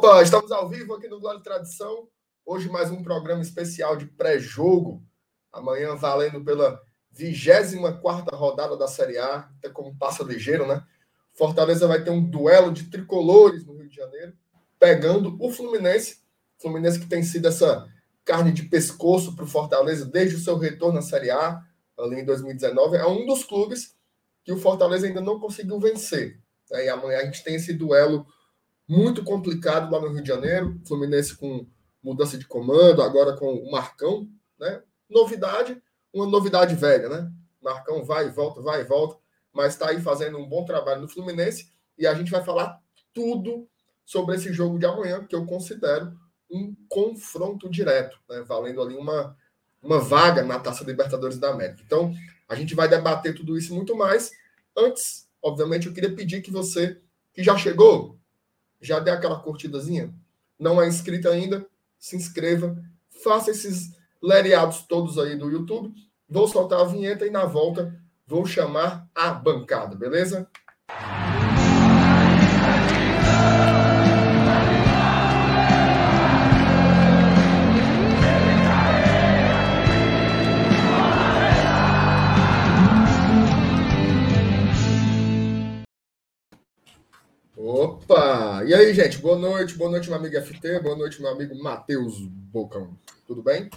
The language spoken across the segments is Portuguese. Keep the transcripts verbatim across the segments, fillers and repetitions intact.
Opa, estamos ao vivo aqui no Glória e Tradição. Hoje mais um programa especial de pré-jogo. Amanhã valendo pela vigésima quarta rodada da Série A. Até como passa ligeiro, né? Fortaleza vai ter um duelo de tricolores no Rio de Janeiro, pegando o Fluminense. Fluminense que tem sido essa carne de pescoço para o Fortaleza desde o seu retorno à Série A, ali em dois mil e dezenove. É um dos clubes que o Fortaleza ainda não conseguiu vencer. E amanhã a gente tem esse duelo muito complicado lá no Rio de Janeiro. Fluminense com mudança de comando, agora com o Marcão, né? Novidade, uma novidade velha, né? Marcão vai e volta, vai e volta, mas está aí fazendo um bom trabalho no Fluminense e a gente vai falar tudo sobre esse jogo de amanhã, que eu considero um confronto direto, né? Valendo ali uma, uma vaga na Taça Libertadores da América. Então, a gente vai debater tudo isso e muito mais. Antes, obviamente, eu queria pedir que você, que já chegou, já dê aquela curtidazinha, não é inscrito ainda, se inscreva, faça esses lereados todos aí do YouTube. Vou soltar a vinheta e na volta vou chamar a bancada, beleza? Opa! E aí, gente? Boa noite, boa noite, meu amigo F T, boa noite, meu amigo Matheus Bocão. Tudo bem?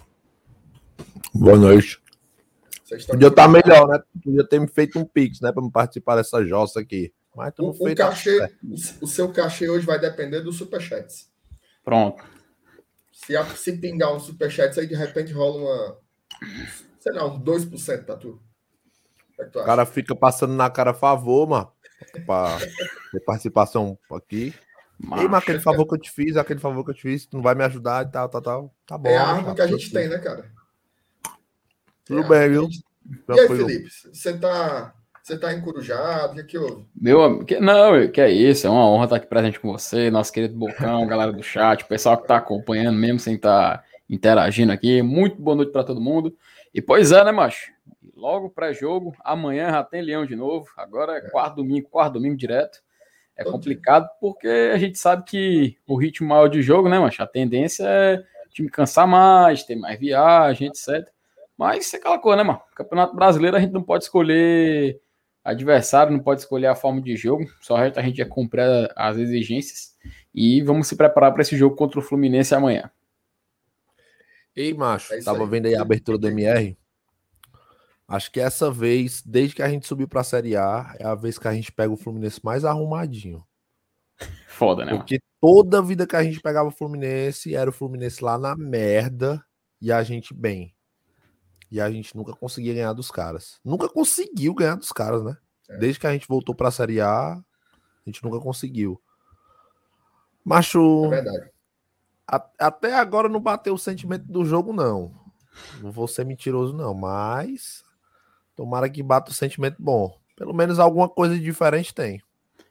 Boa noite. Podia estar melhor, né? Podia ter me feito um pix, né? Para me participar dessa jossa aqui. Mas tu não o, fez. O, cachê, o, o seu cachê hoje vai depender dos superchats. Pronto. Se, a, se pingar um superchat, aí de repente rola uma. Sei lá, uns dois por cento pra tu. O, é que tu o cara fica passando na cara a favor, mano. Pra ter participação aqui. Ei, mas aquele favor que eu te fiz, aquele favor que eu te fiz, tu não vai me ajudar e tal, tal, tal. Tá bom. É a arma cara, que a gente tem, né, cara? Tudo é bem, viu? Gente... E aí, Felipe? Você tá, você tá encorujado? O que é que houve? Meu, que, não, que é isso, é uma honra estar aqui presente com você, nosso querido Bocão, galera do chat, o pessoal que tá acompanhando mesmo sem estar tá interagindo aqui. Muito boa noite para todo mundo. E pois é, né, macho? Logo pré-jogo, amanhã já tem Leão de novo. Agora é quarto domingo, quarto domingo direto. É complicado porque a gente sabe que o ritmo maior de jogo, né, macho? A tendência é o time cansar mais, ter mais viagem, etcétera. Mas é aquela coisa, né, mano? Campeonato Brasileiro a gente não pode escolher adversário, não pode escolher a forma de jogo. Só resta a gente é cumprir as exigências. E vamos se preparar para esse jogo contra o Fluminense amanhã. Ei, macho, é tava aí. Vendo aí a abertura do M R. Acho que essa vez, desde que a gente subiu pra Série A, é a vez que a gente pega o Fluminense mais arrumadinho. Foda, né? Porque toda vida que a gente pegava o Fluminense, era o Fluminense lá na merda e a gente bem. E a gente nunca conseguia ganhar dos caras. Nunca conseguiu ganhar dos caras, né? É. Desde que a gente voltou pra Série A, a gente nunca conseguiu. Macho... É verdade. A, até agora não bateu o sentimento do jogo, não. Não vou ser mentiroso, não. Mas... tomara que bata o sentimento bom. Pelo menos alguma coisa diferente tem.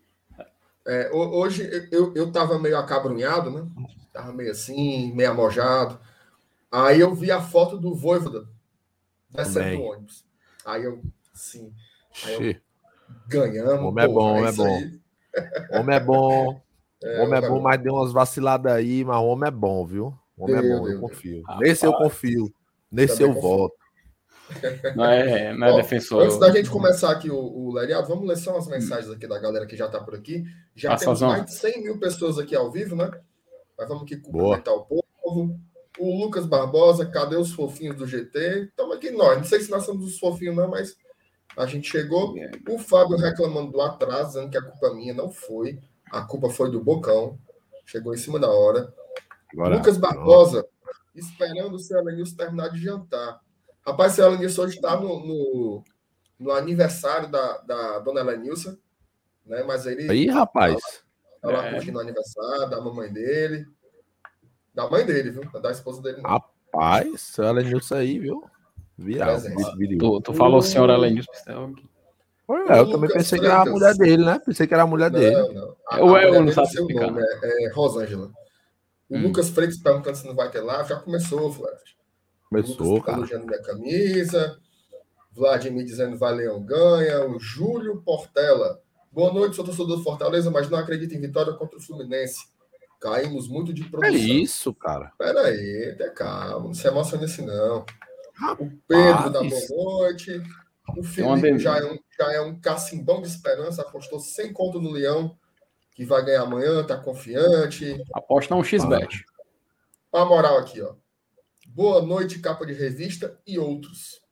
É, hoje eu, eu tava meio acabrunhado, né? Tava meio assim, meio amojado. Aí eu vi a foto do Vojvoda descendo do ônibus. Aí eu, sim. Aí eu, ganhamos. Homem é bom, homem é bom. Homem é bom. É, homem é bom, mas deu umas vaciladas aí, mas o homem é bom, viu? O homem deu, é bom, deu, eu confio. Deu. Nesse eu confio. Nesse Também eu confio. voto. Não é, não é Ó, defensor. Antes da gente começar aqui o, o Leriado, vamos ler só umas mensagens aqui da galera que já está por aqui. Já Passa temos mais de cem mil pessoas aqui ao vivo, né? Mas vamos aqui cumprimentar Boa. o povo. O Lucas Barbosa, cadê os fofinhos do G T? Estamos aqui nós. Não sei se nós somos os fofinhos, não, mas a gente chegou. O Fábio reclamando do atraso, dizendo que a culpa minha não foi. A culpa foi do Bocão. Chegou em cima da hora. Agora, Lucas Barbosa, não. esperando o seu Elenilson terminar de jantar. Rapaz, seu Elenilson hoje está no, no, no aniversário da, da dona Elenilson, né? Mas ele. Aí, rapaz. Está lá, tá lá é. curtindo o aniversário da mamãe dele. Da mãe dele, viu? Da esposa dele. Não. Rapaz, seu Elenilson aí, viu? Viral. Tu, tu falou, senhor Elenilson. É, eu também pensei Freitas. que era a mulher dele, né? Pensei que era a mulher não, dele. Não, a, a mulher dele, não seu nome, é, é Rosângela. O hum. Lucas Freitas perguntando se não vai ter lá. Já começou, Flávio. Começou, cara. Elogiando minha camisa. Vladimir dizendo vai Leão ganha. O Júlio Portela. Boa noite, sou torcedor do Fortaleza, mas não acredito em vitória contra o Fluminense. Caímos muito de É produção. isso, cara. Pera aí, tenha calma, não se emocione assim, não. Rapaz. O Pedro dá boa noite. O Felipe den- já é, um, já é um cacimbão de esperança, apostou cem conto no Leão, que vai ganhar amanhã, tá confiante. Aposta um X-Bet. A moral aqui, ó. Boa noite, capa de revista e outros.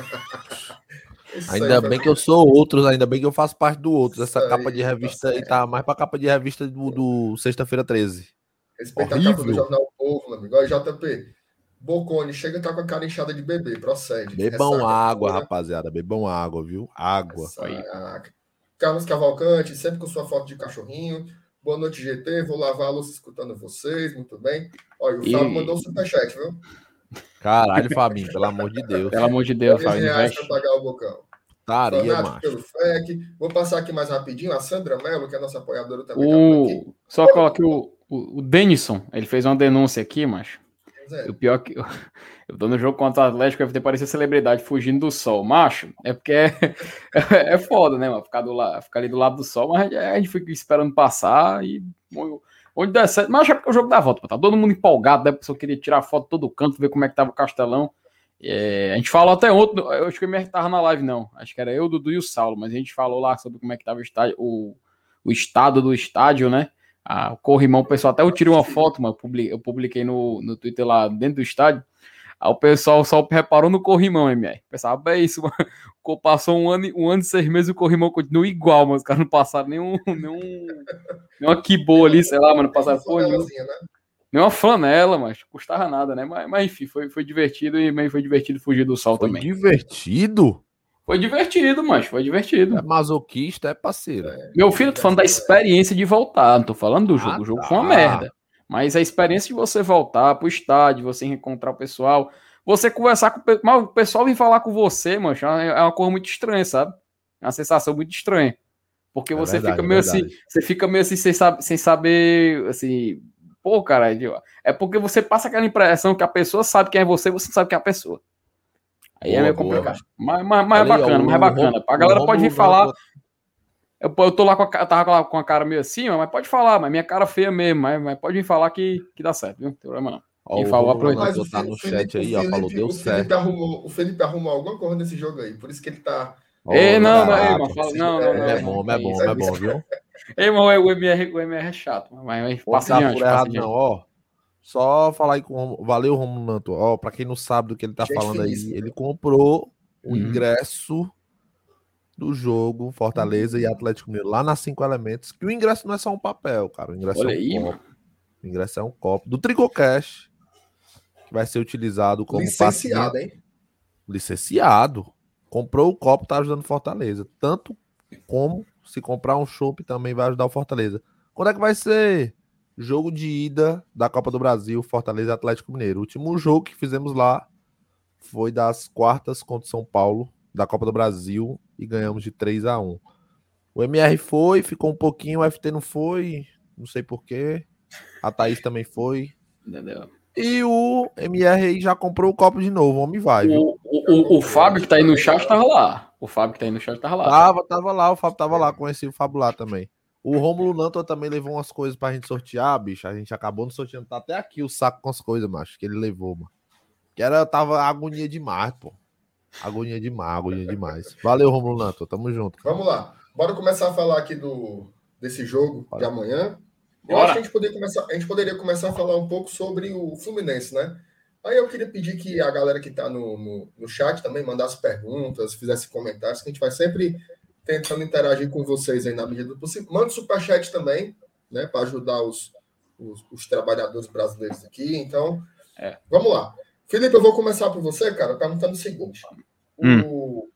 Ainda bem que eu sou outros, ainda bem que eu faço parte do outros. Essa Isso capa aí, de revista tá aí tá mais pra capa de revista do, do Sexta-feira treze. Respeita a capa do Jornal o Povo, meu amigo. Olha, J P. Bocone, chega e tá com a cara inchada de bebê. Procede. Bebam Ressaca água, pura. rapaziada. Bebam água, viu? Água. Ressaca. Carlos Cavalcante, sempre com sua foto de cachorrinho. Boa noite, G T. Vou lavar a louça escutando vocês. Muito bem. Olha, o E- Fábio mandou um superchat, viu? Caralho, Fabinho, pelo amor de Deus. Pelo amor de Deus, dez Fábio, reais investe. para pagar o bocão. Taria, Fanático macho. pelo F E C. Vou passar aqui mais rapidinho. A Sandra Mello, que é a nossa apoiadora também. Tá por aqui. O... Só coloque o, o, o Denison, ele fez uma denúncia aqui, macho. É. E o pior é que eu, eu tô no jogo contra o Atlético, eu ter parecido celebridade fugindo do sol. Macho, é porque é, é, é foda, né, mano? Ficar, do lado, ficar ali do lado do sol, mas a gente fica esperando passar e onde der certo. Mas é porque o jogo dá volta, pô. Tá todo mundo empolgado, né? A pessoa queria tirar foto de todo canto, ver como é que tava o Castelão. É, a gente falou até ontem, eu acho que o M R tava na live, não. Acho que era eu, o Dudu e o Saulo, mas a gente falou lá sobre como é que tava o estádio, o, o estado do estádio, né? Ah, o corrimão, o pessoal até eu tirei uma foto, mano, eu publiquei, eu publiquei no, no Twitter lá dentro do estádio. Aí o pessoal só reparou no corrimão, M R. Pensava, é isso, mano. Passou um ano, um ano e seis meses, o corrimão continua igual, mas os caras não passaram nenhum, nenhum, nenhuma que boa ali, sei lá, mano. Passaram porra nenhuma. Nenhuma flanela, mas custava nada, né? Mas, mas enfim, foi, foi divertido e foi divertido fugir do sol Foi também. divertido? Foi divertido, mas foi divertido. É masoquista, é parceiro. É. Meu filho, tô falando da experiência de voltar, não tô falando do jogo. Ah, o jogo tá. foi uma merda. Mas a experiência de você voltar pro estádio, você encontrar o pessoal, você conversar com o pessoal, mas o pessoal vir falar com você, mancho, é uma coisa muito estranha, sabe? É uma sensação muito estranha. Porque é você verdade, fica meio é assim, você fica meio assim sem, saber, sem saber, assim, pô, cara, é porque você passa aquela impressão que a pessoa sabe quem é você e você não sabe quem é a pessoa. Aí boa, é meio complicado. Boa. Mas, mas, mas é bacana, mas é bacana. A galera pode vir falar. Eu, eu tô lá com a, tava lá com a cara meio assim, mas pode falar, mas minha cara feia mesmo, mas, mas pode vir falar que, que dá certo, viu? Não tem problema não. Ó, Quem falou aproveitar. Tá no chat aí, ó, falou, deu o certo. Felipe arrumou, o Felipe arrumou alguma coisa nesse jogo aí, por isso que ele tá. Oh, Ei, não, não, ei, mano, fala, não, não, não. É bom, é bom, é bom, viu? Ei, mano, o M R, o M R é chato, mas passa adiante, por errado não, ó. Só falar aí com valeu, Romulo Nanto. Ó, pra quem não sabe do que ele tá Gente falando aí, ele comprou o uhum. ingresso do jogo Fortaleza uhum. e Atlético Mineiro lá nas Cinco Elementos, que o ingresso não é só um papel, cara. O ingresso Olha é um aí, copo. Mano. O ingresso é um copo do Tricocast, que vai ser utilizado como licenciado, paciente. hein? Licenciado. Comprou o copo, tá ajudando Fortaleza. Tanto como se comprar um chopp também vai ajudar o Fortaleza. Quando é que vai ser? Jogo de ida da Copa do Brasil, Fortaleza e Atlético Mineiro. O último jogo que fizemos lá foi das quartas contra o São Paulo, da Copa do Brasil, e ganhamos de três a um. O M R foi, ficou um pouquinho, o F T não foi, não sei porquê. A Thaís também foi. Entendeu? E o M R aí já comprou o copo de novo, o homem vai, viu? O, o, o, o Fábio que tá aí no chat tava lá. O Fábio que tá aí no chat tava lá. Tava, tá? tava lá, o Fábio tava lá, conheci o Fábio lá também. O Rômulo Nanto também levou umas coisas pra gente sortear, bicho. A gente acabou não sorteando. Tá até aqui o saco com as coisas, macho, que ele levou, mano. Que era, tava agonia demais, pô. Agonia demais, agonia demais. Valeu, Rômulo Nanto, tamo junto. Cara. Vamos lá. Bora começar a falar aqui do, desse jogo Bora. de amanhã. Eu Bora. acho que a gente, poderia começar, a gente poderia começar a falar um pouco sobre o Fluminense, né? Aí eu queria pedir que a galera que tá no, no, no chat também mandasse perguntas, fizesse comentários, que a gente vai sempre tentando interagir com vocês aí na medida do possível. Manda superchat também, né? Para ajudar os, os, os trabalhadores brasileiros aqui. Então, é. vamos lá. Felipe, eu vou começar por você, cara, perguntando o seguinte. Hum. O,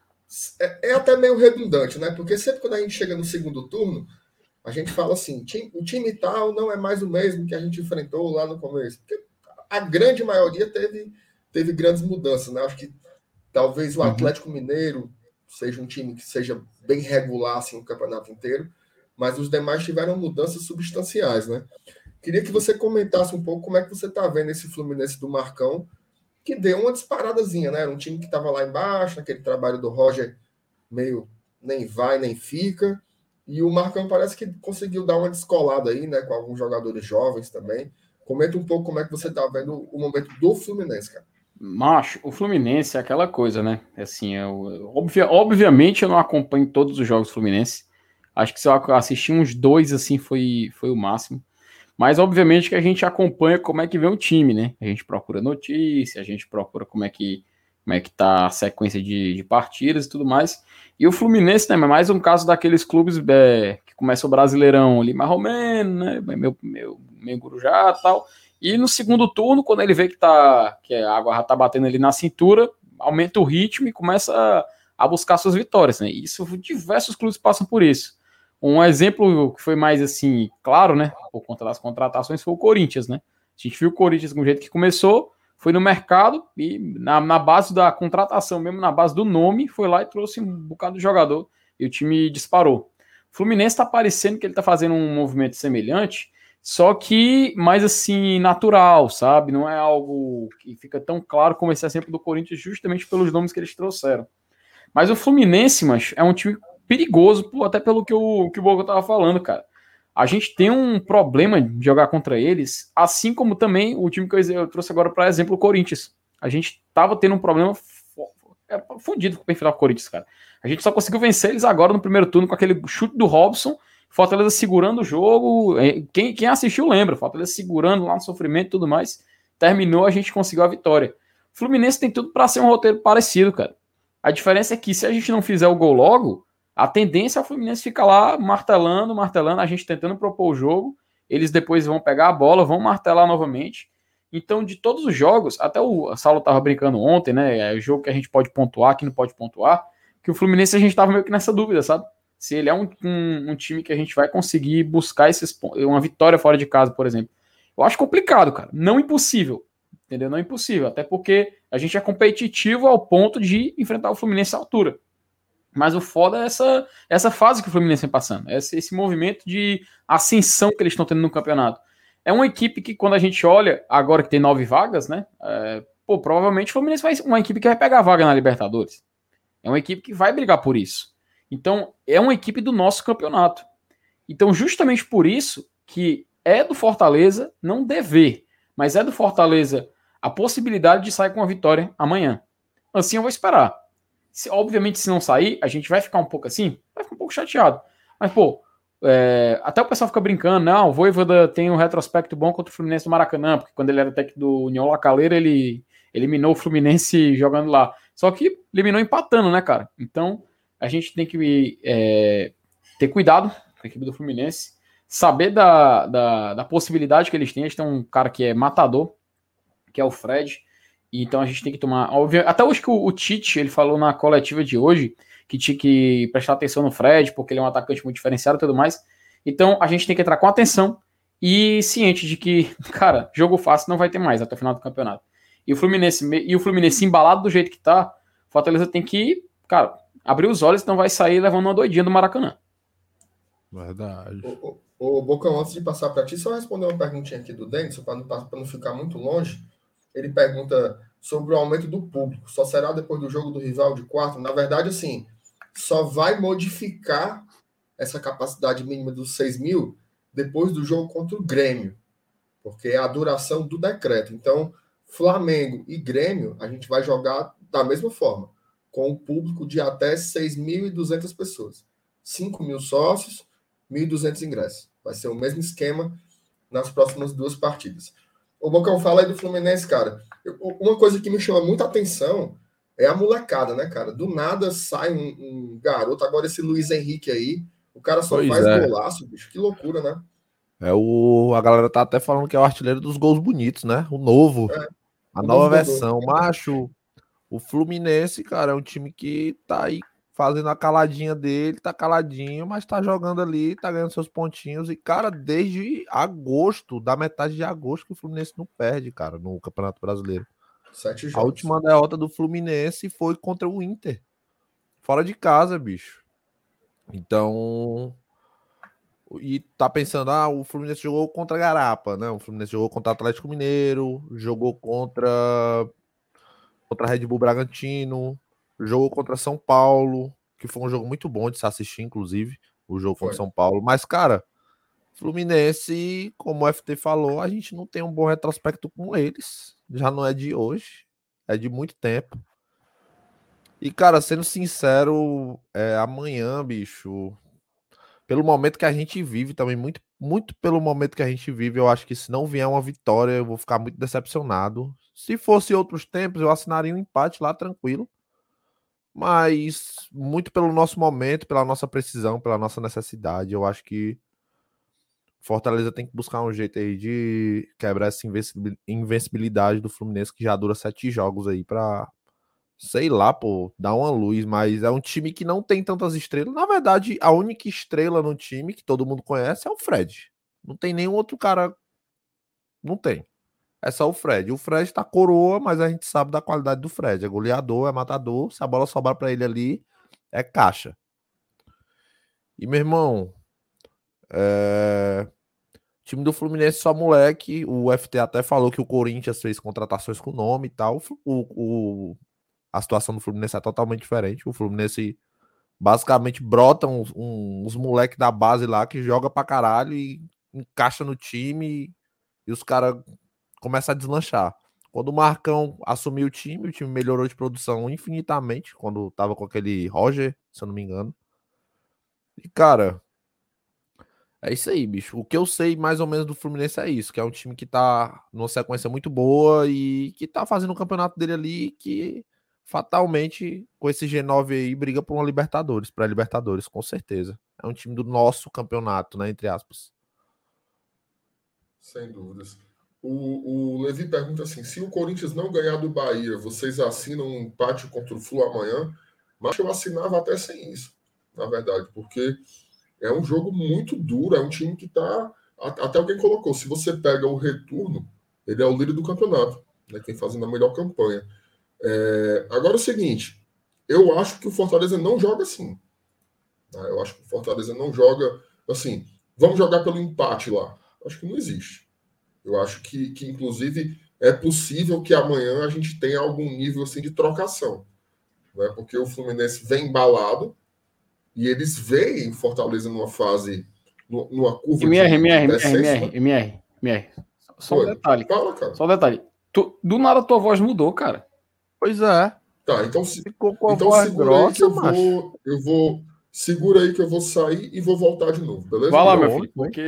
é, é até meio redundante, né? Porque sempre quando a gente chega no segundo turno, a gente fala assim, time, o time tal não é mais o mesmo que a gente enfrentou lá no começo. Porque a grande maioria teve, teve grandes mudanças, né? Acho que talvez o Atlético uhum. Mineiro seja um time que seja bem regular assim, o campeonato inteiro, mas os demais tiveram mudanças substanciais, né? Queria que você comentasse um pouco como é que você está vendo esse Fluminense do Marcão, que deu uma disparadazinha, né? Era um time que estava lá embaixo, aquele trabalho do Roger meio nem vai, nem fica, E o Marcão parece que conseguiu dar uma descolada aí, né? Com alguns jogadores jovens também. Comenta um pouco como é que você tá vendo o momento do Fluminense, cara. Macho, o Fluminense é aquela coisa, né? Assim, eu, obvia, obviamente eu não acompanho todos os jogos do Fluminense. Acho que se eu assistir uns dois, assim, foi, foi o máximo. Mas, obviamente, que a gente acompanha como é que vem o time, né? A gente procura notícia, a gente procura como é que, como é que tá a sequência de, de partidas e tudo mais. E o Fluminense, né, é mais um caso daqueles clubes é, que começa o Brasileirão ali mais ou menos, né? Meu, meu, meu gurujá e tal. E no segundo turno, quando ele vê que, tá, que a água já tá batendo ali na cintura, aumenta o ritmo e começa a, a buscar suas vitórias, né? E isso, diversos clubes passam por isso. Um exemplo que foi mais assim, claro, né? Por conta das contratações, foi o Corinthians, né? A gente viu o Corinthians com o jeito que começou, foi no mercado e na, na base da contratação, mesmo na base do nome, foi lá e trouxe um bocado de jogador e o time disparou. O Fluminense tá parecendo que ele tá fazendo um movimento semelhante, só que mais assim, natural, sabe? Não é algo que fica tão claro como esse exemplo do Corinthians, justamente pelos nomes que eles trouxeram. Mas o Fluminense, mas é um time perigoso, pô, até pelo que o, que o Boca tava falando, cara. A gente tem um problema de jogar contra eles, assim como também o time que eu, eu trouxe agora, para exemplo, o Corinthians. A gente tava tendo um problema fundido com o perfil do Corinthians, cara. A gente só conseguiu vencer eles agora no primeiro turno com aquele chute do Robson, Fortaleza segurando o jogo. Quem, quem assistiu lembra, Fortaleza segurando lá no sofrimento e tudo mais. Terminou, a gente conseguiu a vitória. O Fluminense tem tudo para ser um roteiro parecido, cara. A diferença é que se a gente não fizer o gol logo, a tendência é o Fluminense ficar lá martelando, martelando, a gente tentando propor o jogo, eles depois vão pegar a bola, vão martelar novamente. Então, de todos os jogos, até o Saulo estava brincando ontem, né? É o jogo que a gente pode pontuar, que não pode pontuar, que o Fluminense a gente estava meio que nessa dúvida, sabe? Se ele é um, um, um time que a gente vai conseguir buscar esses, uma vitória fora de casa, por exemplo. Eu acho complicado, cara. Não impossível. Entendeu? Não é impossível. Até porque a gente é competitivo ao ponto de enfrentar o Fluminense à altura. Mas o foda é essa, essa fase que o Fluminense vem passando. Esse, esse movimento de ascensão que eles estão tendo no campeonato. É uma equipe que, quando a gente olha, agora que tem nove vagas, né? É, pô, provavelmente o Fluminense vai ser uma equipe que vai pegar a vaga na Libertadores. É uma equipe que vai brigar por isso. Então, é uma equipe do nosso campeonato. Então, justamente por isso que é do Fortaleza não dever, mas é do Fortaleza a possibilidade de sair com a vitória amanhã. Assim eu vou esperar. Se, obviamente, se não sair, a gente vai ficar um pouco assim, vai ficar um pouco chateado. Mas, pô, é, até o pessoal fica brincando, não, o Vojvoda tem um retrospecto bom contra o Fluminense do Maracanã, porque quando ele era técnico do União La Calera, ele eliminou o Fluminense jogando lá. Só que eliminou empatando, né, cara? Então, a gente tem que é, ter cuidado com a equipe do Fluminense, saber da, da, da possibilidade que eles têm. A gente tem um cara que é matador, que é o Fred, então a gente tem que tomar... Óbvio, até hoje que o, o Tite, ele falou na coletiva de hoje, que tinha que prestar atenção no Fred, porque ele é um atacante muito diferenciado e tudo mais. Então a gente tem que entrar com atenção e ciente de que, cara, jogo fácil não vai ter mais até o final do campeonato. E o Fluminense, e o Fluminense embalado do jeito que tá, o Fortaleza tem que, cara, abrir os olhos, senão vai sair levando uma doidinha do Maracanã. Verdade. O, o, o Bocão, antes de passar para ti, só responder uma perguntinha aqui do Denison, para não, não ficar muito longe. Ele pergunta sobre o aumento do público. Só será depois do jogo do rival de quarto? Na verdade, assim, só vai modificar essa capacidade mínima dos seis mil depois do jogo contra o Grêmio, porque é a duração do decreto. Então, Flamengo e Grêmio, a gente vai jogar da mesma forma, com o público de até seis mil e duzentas pessoas. cinco mil sócios, mil e duzentos ingressos. Vai ser o mesmo esquema nas próximas duas partidas. O Bocão, fala aí do Fluminense, cara. Eu, uma coisa que me chama muita atenção é a molecada, né, cara? Do nada sai um, um garoto, agora esse Luiz Henrique aí, o cara só Pois faz é. golaço, bicho. Que loucura, né? É o, a galera tá até falando que é o artilheiro dos gols bonitos, né? O novo. É, a o nova novo versão. Macho, o Fluminense, cara, é um time que tá aí fazendo a caladinha dele, tá caladinho, mas tá jogando ali, tá ganhando seus pontinhos. E, cara, desde agosto, da metade de agosto, que o Fluminense não perde, cara, no Campeonato Brasileiro. Sete A jogos. última derrota do Fluminense foi contra o Inter. Fora de casa, bicho. Então... E tá pensando, ah, o Fluminense jogou contra a Garapa, né? O Fluminense jogou contra o Atlético Mineiro, jogou contra contra a Red Bull Bragantino, jogou contra São Paulo, que foi um jogo muito bom de se assistir, inclusive. o jogo Foi. contra o São Paulo. Mas, cara, Fluminense, como o F T falou, a gente não tem um bom retrospecto com eles. Já não é de hoje, é de muito tempo. E, cara, sendo sincero, é, amanhã, bicho, pelo momento que a gente vive também, muito, muito pelo momento que a gente vive, eu acho que se não vier uma vitória, eu vou ficar muito decepcionado. Se fosse outros tempos, eu assinaria um empate lá tranquilo. Mas muito pelo nosso momento, pela nossa precisão, pela nossa necessidade, eu acho que Fortaleza tem que buscar um jeito aí de quebrar essa invencibilidade do Fluminense, que já dura sete jogos aí pra, sei lá, pô, dar uma luz. Mas é um time que não tem tantas estrelas. Na verdade, a única estrela no time que todo mundo conhece é o Fred. Não tem nenhum outro cara. Não tem. É só o Fred. O Fred tá coroa, mas a gente sabe da qualidade do Fred. É goleador, é matador. Se a bola sobrar pra ele ali, é caixa. E, meu irmão, é... time do Fluminense só moleque. O F T até falou que o Corinthians fez contratações com nome e tal. O, o... A situação do Fluminense é totalmente diferente. O Fluminense basicamente brota uns, uns moleques da base lá que joga pra caralho e encaixa no time e os caras começa a deslanchar. Quando o Marcão assumiu o time, o time melhorou de produção infinitamente, quando tava com aquele Roger, se eu não me engano. E, cara, é isso aí, bicho. O que eu sei mais ou menos do Fluminense é isso, que é um time que tá numa sequência muito boa e que tá fazendo o campeonato dele ali, que fatalmente, com esse G nove aí, briga por uma Libertadores, pré-Libertadores, com certeza. É um time do nosso campeonato, né, entre aspas. Sem dúvidas. O, o Levi pergunta assim, se o Corinthians não ganhar do Bahia, vocês assinam um empate contra o Flu amanhã? Mas eu assinava até sem isso, na verdade, porque é um jogo muito duro, é um time que tá... Até alguém colocou, se você pega o retorno, ele é o líder do campeonato, né, quem fazendo a melhor campanha. É, agora é o seguinte, eu acho que o Fortaleza não joga assim. Né? Eu acho que o Fortaleza não joga assim, vamos jogar pelo empate lá. Acho que não existe. Eu acho que, que, inclusive, é possível que amanhã a gente tenha algum nível assim, de trocação. Né? Porque o Fluminense vem embalado e eles veem Fortaleza numa fase, numa curva M R, de, M R, de M R, M R, M R. Só um detalhe. Fala, cara. Só um detalhe. Tu, do nada tua voz mudou, cara. Pois é. Tá, então, se, Ficou com a então voz segura grossa, aí que eu macho. vou, eu vou... Segura aí que eu vou sair e vou voltar de novo, beleza? Vai lá, meu Pronto, filho, porque...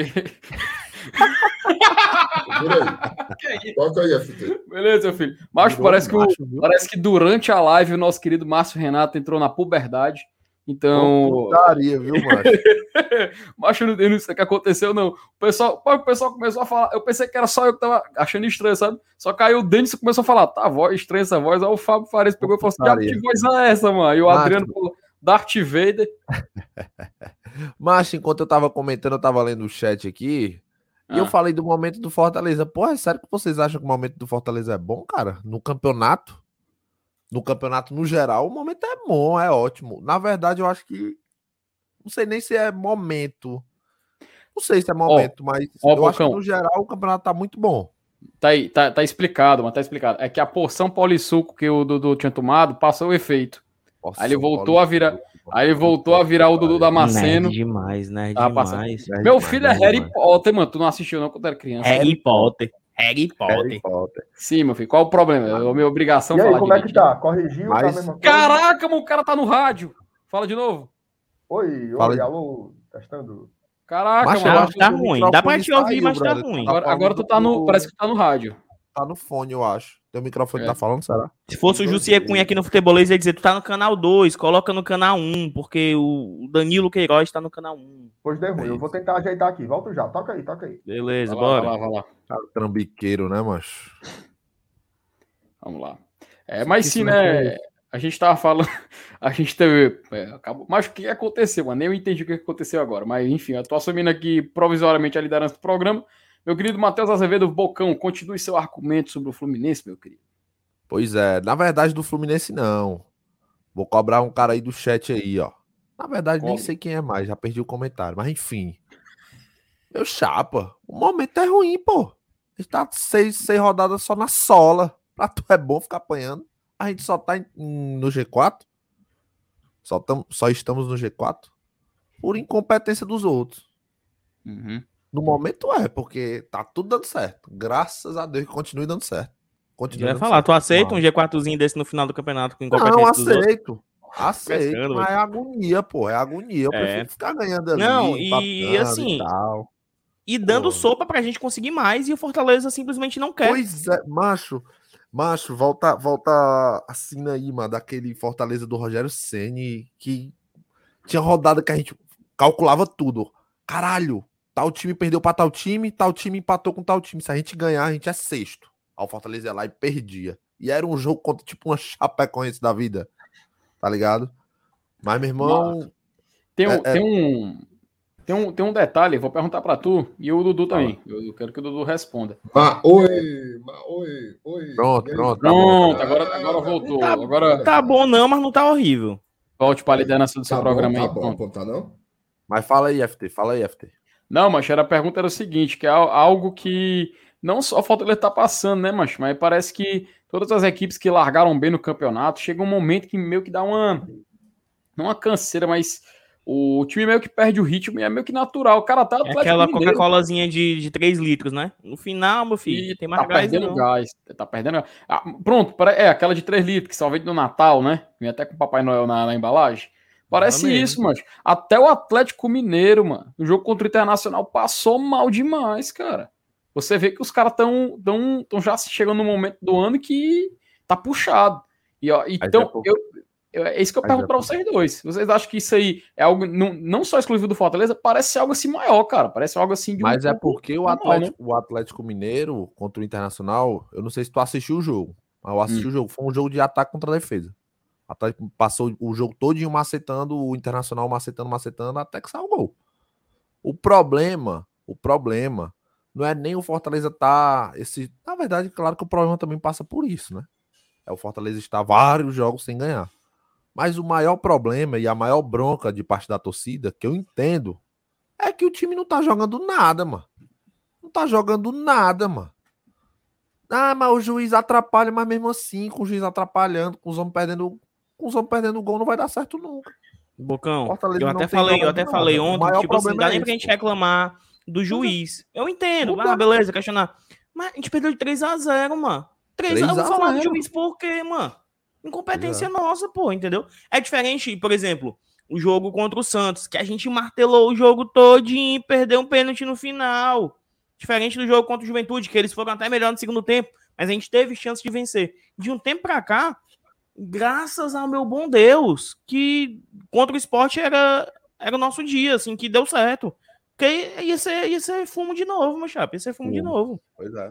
Segura aí. Toca aí, F T. Beleza, meu filho. Macho, Virou parece que, macho, o, viu? parece que durante a live o nosso querido Márcio Renato entrou na puberdade. Então... Putaria, viu, macho? Macho, eu não sei o que aconteceu, não. O pessoal, o pessoal começou a falar. Eu pensei que era só eu que tava achando estranho, sabe? Só que aí o Denis começou a falar, tá, voz, estranha essa voz. Aí o Fábio Fares pegou e falou assim: diabo, que voz é essa, mano? E o Macho. Adriano falou, Darth Vader. Macho, enquanto eu tava comentando, eu tava lendo o chat aqui. E Ah. eu falei do momento do Fortaleza. Porra, é sério que vocês acham que o momento do Fortaleza é bom, cara? No campeonato? No campeonato, no geral, o momento é bom, é ótimo. Na verdade, eu acho que... Não sei nem se é momento. Não sei se é momento, oh, mas oh, eu Bocão. acho que no geral o campeonato tá muito bom. Tá aí, tá, tá explicado, mas tá explicado. É que a porção polissuco que o Dudu tinha tomado passou o efeito. Nossa, aí ele voltou a virar... Aí ele voltou a virar o Dudu Damasceno. Nerd demais, nerd ah, demais. Nerd Meu demais, filho é Harry demais. Potter, mano. Tu não assistiu não quando era criança. Harry, Harry Potter. Harry Potter. Harry Potter. Sim, meu filho. Qual o problema? É a minha obrigação e falar aí, como direito. É que tá? Corrigiu? Mas... Tá a mesma coisa? Caraca, mano, o cara tá no rádio. Fala de novo. Oi, Fala oi, de... alô, testando. Caraca, mas mano. Tá ruim. Dá pra te ouvir, saiu, mas brother. tá ruim. Agora, agora tu tá no... Parece que tu tá no rádio. Tá no fone, eu acho. Teu microfone É. tá falando, será? Se fosse o Jussier Cunha aqui no Futebolês, ia dizer, tu tá no canal dois, coloca no canal um, porque o Danilo Queiroz tá no canal um. Pois deu ruim, eu vou tentar ajeitar aqui. Volto já, toca aí, toca aí. Beleza, vai lá, bora. Vai lá, vai lá. Cara, trambiqueiro, né, macho? Vamos lá. É, mas sim, né? A gente tava falando... A gente teve... É, acabou... Mas o que aconteceu, mano? Nem eu entendi o que aconteceu agora. Mas, enfim, eu tô assumindo aqui provisoriamente a liderança do programa. Meu querido Matheus Azevedo Bocão, continue seu argumento sobre o Fluminense, meu querido. Pois é, na verdade do Fluminense não. Vou cobrar um cara aí do chat aí, ó. Na verdade Como? nem sei quem é mais, já perdi o comentário, mas enfim. Meu chapa, o momento é ruim, pô. A gente tá seis, seis rodadas só na sola. Pra tu é bom ficar apanhando. A gente só tá em, no G quatro. Só, tam, só estamos no G quatro. por incompetência dos outros. Uhum. No momento é, porque tá tudo dando certo. Graças a Deus que continue dando certo. Continue Já ia dando falar, certo. tu aceita um Mas- G quatrozinho desse no final do campeonato com Não, incompetência dos outros? aceito. Aceito, Frescando, mas hoje. é agonia, pô. É agonia. Eu É. prefiro ficar ganhando ali, Não, e empatando assim, e tal. e dando Pô. sopa pra gente conseguir mais, e o Fortaleza simplesmente não quer. Pois é, macho. Macho, volta, volta assim aí, mano, daquele Fortaleza do Rogério Ceni que tinha rodada que a gente calculava tudo. Caralho, tal time perdeu pra tal time, tal time empatou com tal time. Se a gente ganhar, a gente é sexto. Aí o Fortaleza ia lá e perdia. E era um jogo contra tipo uma Chapecoense da vida. Tá ligado? Mas, meu irmão. Tem um, É- é- tem um, tem um, tem um detalhe, vou perguntar pra tu e o Dudu também. Eu quero que o Dudu responda. Ma, oi, ma, oi, oi. Pronto, E aí? pronto, tá bom. Pronto, agora, agora voltou. Tá, Agora tá bom não, mas não tá horrível. volte para a liderança do seu Tá programa bom, aí. tá bom, Pronto. pô, tá não? Mas fala aí, F T, fala aí, F T. Não, mas a pergunta era o seguinte, que é algo que não só o Fortaleza tá passando, né, macho, mas parece que todas as equipes que largaram bem no campeonato, chega um momento que meio que dá uma não uma canseira, mas o time meio que perde o ritmo e é meio que natural. O cara tá É Atlético aquela Mineiro Coca-Colazinha de, de três litros, né? No final, meu filho, e tem mais tá gás perdendo não. gás. Tá perdendo ah, pronto, é aquela de três litros, que só vem no Natal, né? Vem até com o Papai Noel na, na embalagem. Parece Ela isso, mesmo. mano. Até o Atlético Mineiro, mano, no jogo contra o Internacional, passou mal demais, cara. Você vê que os caras estão tão, tão já chegando no momento do ano que tá puxado. E, ó, então, é por- eu, eu, é isso que eu Mas pergunto é pra por- vocês dois. Vocês acham que isso aí é algo não, não só exclusivo do Fortaleza, parece ser algo assim maior, cara. Parece algo assim de um Mas é pouco porque o normal, Atlético, o Atlético Mineiro contra o Internacional, eu não sei se tu assistiu o jogo, mas eu assisti Hum. o jogo. Foi um jogo de ataque contra a defesa. O Atlético passou o jogo todinho macetando, o Internacional macetando, macetando, até que saiu o gol. O problema, o problema, não é nem o Fortaleza tá esse. Na verdade, claro que o problema também passa por isso, né? É o Fortaleza estar vários jogos sem ganhar. Mas o maior problema e a maior bronca de parte da torcida, que eu entendo, é que o time não tá jogando nada, mano. Não tá jogando nada, mano. Ah, mas o juiz atrapalha, mas mesmo assim, com o juiz atrapalhando, com os homens perdendo, com os homens perdendo o gol, não vai dar certo nunca. Bocão, Fortaleza eu não até tem falei, eu jogado até nada. falei O ontem, maior que, tipo assim, não problema dá é nem pra esse, gente pô. reclamar do juiz. Eu entendo, Não ah, dá. beleza, questionar. Mas a gente perdeu de três a zero, mano. três a zero, eu vou três a falar do zero. juiz por quê, mano? Incompetência Pois nossa, pô, entendeu? É diferente, por exemplo, o jogo contra o Santos, que a gente martelou o jogo todinho e perdeu um pênalti no final. Diferente do jogo contra o Juventude, que eles foram até melhor no segundo tempo, mas a gente teve chance de vencer. De um tempo pra cá, graças ao meu bom Deus, que contra o Sport era, era o nosso dia, assim, que deu certo. Porque ia ser, ia ser fumo de novo, meu chapa, ia ser fumo de Fumo. novo. Pois é.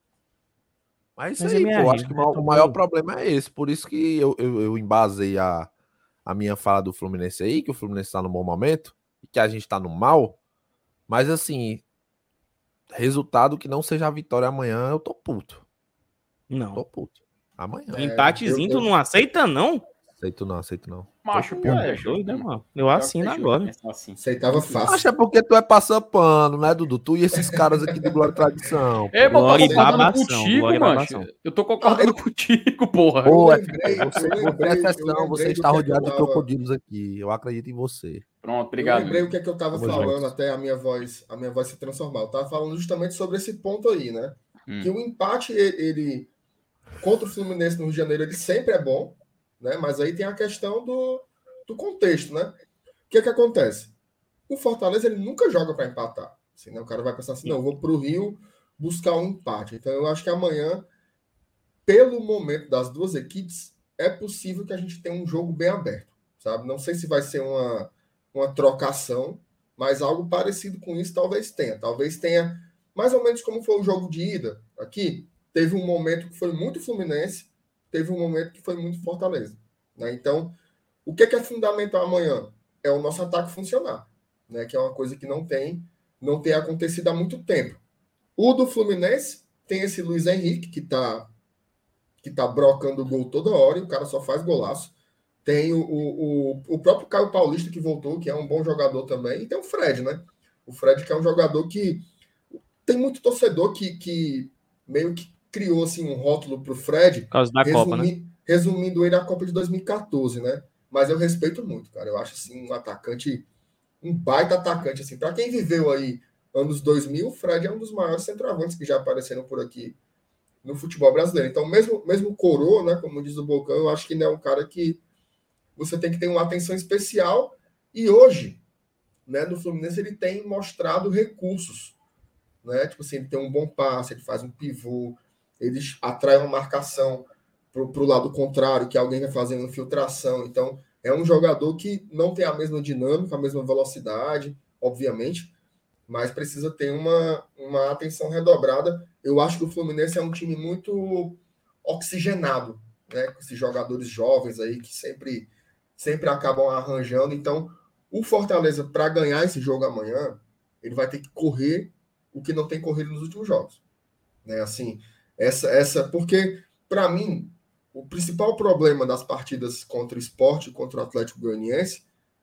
Mas isso Mas é aí, minha pô. rede, Acho que o né? maior- Tô o maior bom. problema é esse. Por isso que eu, eu, eu embasei a, a minha fala do Fluminense aí, que o Fluminense tá no bom momento, e que a gente tá no mal. Mas assim, resultado que não seja a vitória amanhã, eu tô puto. Não. Tô puto. Amanhã. É, Empatezinho, eu- eu- tu não aceita, não? Aceito não, aceito não. Macho, Tô pior puto. é É jogo, doido, né, né, mano? Eu Pior assino que é jogo, agora. pensar assim. Aceitava fácil. Acho é porque tu é passa pano, né, Dudu? Tu e esses caras aqui do Glória e Tradição. Ei, mas eu tô Glória e concordando babação, contigo, glória e mancho. babação. Eu tô concordando contigo, porra. Eu Pô, lembrei, F T, você, eu lembrei, você é eu exceção, lembrei você do está que é que rodeado eu de tava- crocodilos aqui. Eu acredito em você. Pronto, Eu obrigado. lembrei o que é que eu tava Tamo falando, junto. até a minha voz, a minha voz se transformar. Eu tava falando justamente sobre esse ponto aí, né? Hum. Que o empate, ele, ele- contra o Fluminense no Rio de Janeiro, ele sempre é bom, né? Mas aí tem a questão do, do contexto, né? O que é que acontece? O Fortaleza, ele nunca joga para empatar. Assim, né? O cara vai pensar assim, não, eu vou pro Rio buscar um empate. Então, eu acho que amanhã, pelo momento das duas equipes, é possível que a gente tenha um jogo bem aberto, sabe? Não sei se vai ser uma, uma trocação, mas algo parecido com isso talvez tenha. Talvez tenha, mais ou menos como foi o jogo de ida aqui, teve um momento que foi muito Fluminense, teve um momento que foi muito Fortaleza, né? Então, o que é, que é fundamental amanhã? É o nosso ataque funcionar, né? Que é uma coisa que não tem, não tem acontecido há muito tempo. O do Fluminense tem esse Luiz Henrique, que está que tá brocando o gol toda hora, e o cara só faz golaço. Tem o, o, o próprio Caio Paulista, que voltou, que é um bom jogador também, e tem o Fred, né? O Fred, que é um jogador que tem muito torcedor que, que meio que criou assim, um rótulo para o Fred, Por causa da Copa, né? resumi- resumindo ele à Copa de dois mil e quatorze, né? Mas eu respeito muito, cara. Eu acho assim um atacante um baita atacante. Assim, para quem viveu aí anos dois mil, o Fred é um dos maiores centroavantes que já apareceram por aqui no futebol brasileiro. Então, mesmo, mesmo coroa, né, como diz o Bocão, eu acho que ele é um cara que você tem que ter uma atenção especial. E hoje, né, no Fluminense, ele tem mostrado recursos. Né? Tipo assim, ele tem um bom passe, ele faz um pivô, ele atrai uma marcação para o lado contrário, que alguém vai fazendo infiltração. Então, é um jogador que não tem a mesma dinâmica, a mesma velocidade, obviamente, mas precisa ter uma, uma atenção redobrada. Eu acho que o Fluminense é um time muito oxigenado, né? Com esses jogadores jovens aí que sempre, sempre acabam arranjando. Então, o Fortaleza, para ganhar esse jogo amanhã, ele vai ter que correr o que não tem corrido nos últimos jogos. Né? Assim, essa, essa, porque, para mim, o principal problema das partidas contra o Sport e contra o Atlético Goianiense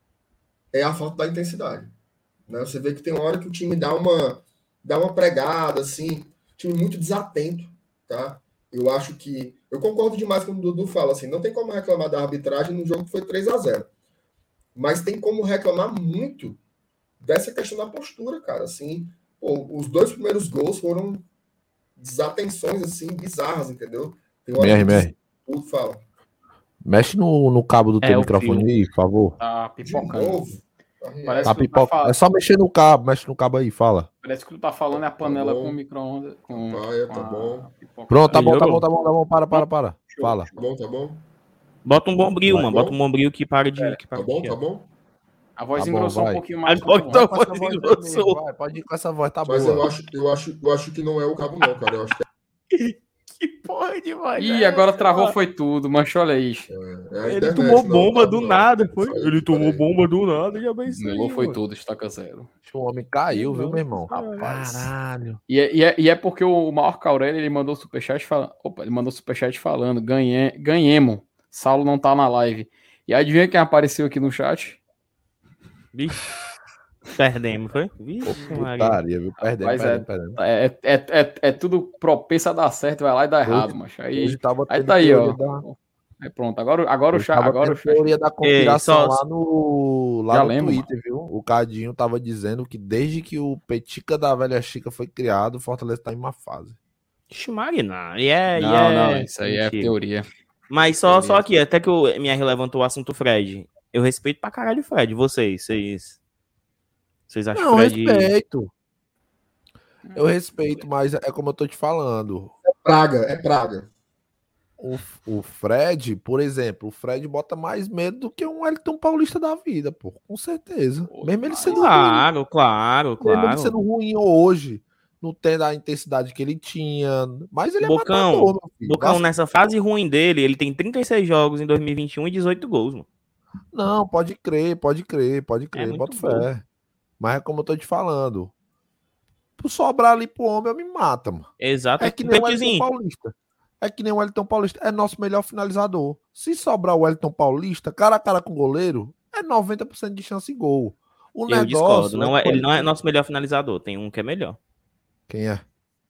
é a falta da intensidade. Né? Você vê que tem hora que o time dá uma, dá uma pregada, assim, time muito desatento, tá? Eu acho que... Eu concordo demais com o Dudu fala, assim, não tem como reclamar da arbitragem num jogo que foi três a zero. Mas tem como reclamar muito dessa questão da postura, cara. Assim, pô, os dois primeiros gols foram desatenções, assim, bizarras, entendeu? Tem hora M R, que M R. tudo fala. Mexe no, no cabo do É, teu o microfone fio. aí, por favor. Tá De pipocando. novo. Parece Tá que tu tá pipoca... falando- É só mexer no cabo, mexe no cabo aí, fala. Parece que tu tá falando é a panela Tá bom. com o micro-ondas. Com, Papai, com tá a bom. pipoca. Pronto, tá bom, tá Melhorou? bom, tá bom, tá bom, para, para, para. Show, Fala. Tá bom, tá bom? Bota um bombril, Vai. mano. Bota um bombril que para de. Pera, Que para Tá bom, de tá bom? A voz Tá bom, engrossou um vai. pouquinho mais. Agora continua. tô- Vai com essa voz voz aí engrossou. mesmo, vai, pode ir com essa voz, tá Mas boa. eu acho, eu, acho, eu acho que não é o cabo, não, cara. Eu acho que Que porra de voz. Ih, é agora essa, travou mano? foi tudo, mancha, olha aí. é a Ele internet, tomou não é o bomba cabo, do não. nada, foi? Isso aí, Ele tomou peraí. bomba do nada, já bem isso aí, Melou foi mano. tudo, estaca zero. O homem caiu, viu, Não, meu irmão? Rapaz. Caralho. E é, e, é, e é porque o Marco Aurélio, ele mandou superchat falando. Opa, ele mandou superchat falando. Ganhe, ganhemos. Saulo não tá na live. E adivinha quem apareceu aqui no chat? Vixe. Perdemos, foi? Vixe, Maria. Putaria, viu? Perdendo, Rapaz, perdendo, perdendo. É, é, é, é tudo propenso a dar certo, vai lá e dá errado, macho. Aí, Hoje tava aí tendo tá aí, teoria ó. da... Aí pronto, agora, agora o Hoje chat. tava Agora o tendo chat. teoria da conspiração Ei, só- lá no, lá Já no lembro, Twitter, viu? O Cadinho tava dizendo que desde que o Petica da Velha Chica foi criado, o Fortaleza tá em má fase. Vixe, Maria, não. E é, e Não, é... não, isso aí é mentira. teoria. Mas só, Teoria. só aqui, até que o M R levantou o assunto Fred. Eu respeito pra caralho o Fred. Vocês, vocês... Vocês acham Não, que o Fred... respeito. Eu respeito, mas é como eu tô te falando. Praga, é praga. O, o Fred, por exemplo, o Fred bota mais medo do que um Wellington Paulista da vida, pô. Com certeza. Pô, Mesmo ele mas- sendo ruim. Claro, claro, Mesmo ele claro. sendo ruim hoje. Não tendo a intensidade que ele tinha. Mas ele é Bocão, matador, meu filho. Bocão, Das- nessa fase ruim dele, ele tem trinta e seis jogos em dois mil e vinte e um e dezoito gols, mano. Não, pode crer, pode crer, pode crer. muito Bota bom. fé. Mas é como eu tô te falando. Por sobrar ali pro homem, eu me mata, mano. Exato. É que nem o Wellington Petizinho. Paulista. É que nem o Wellington Paulista. É nosso melhor finalizador. Se sobrar o Wellington Paulista, cara a cara com o goleiro, é noventa por cento de chance de gol. O Eu negócio discordo. Não é, que o ele não é Wellington- nosso melhor finalizador. Tem um que é melhor. Quem é?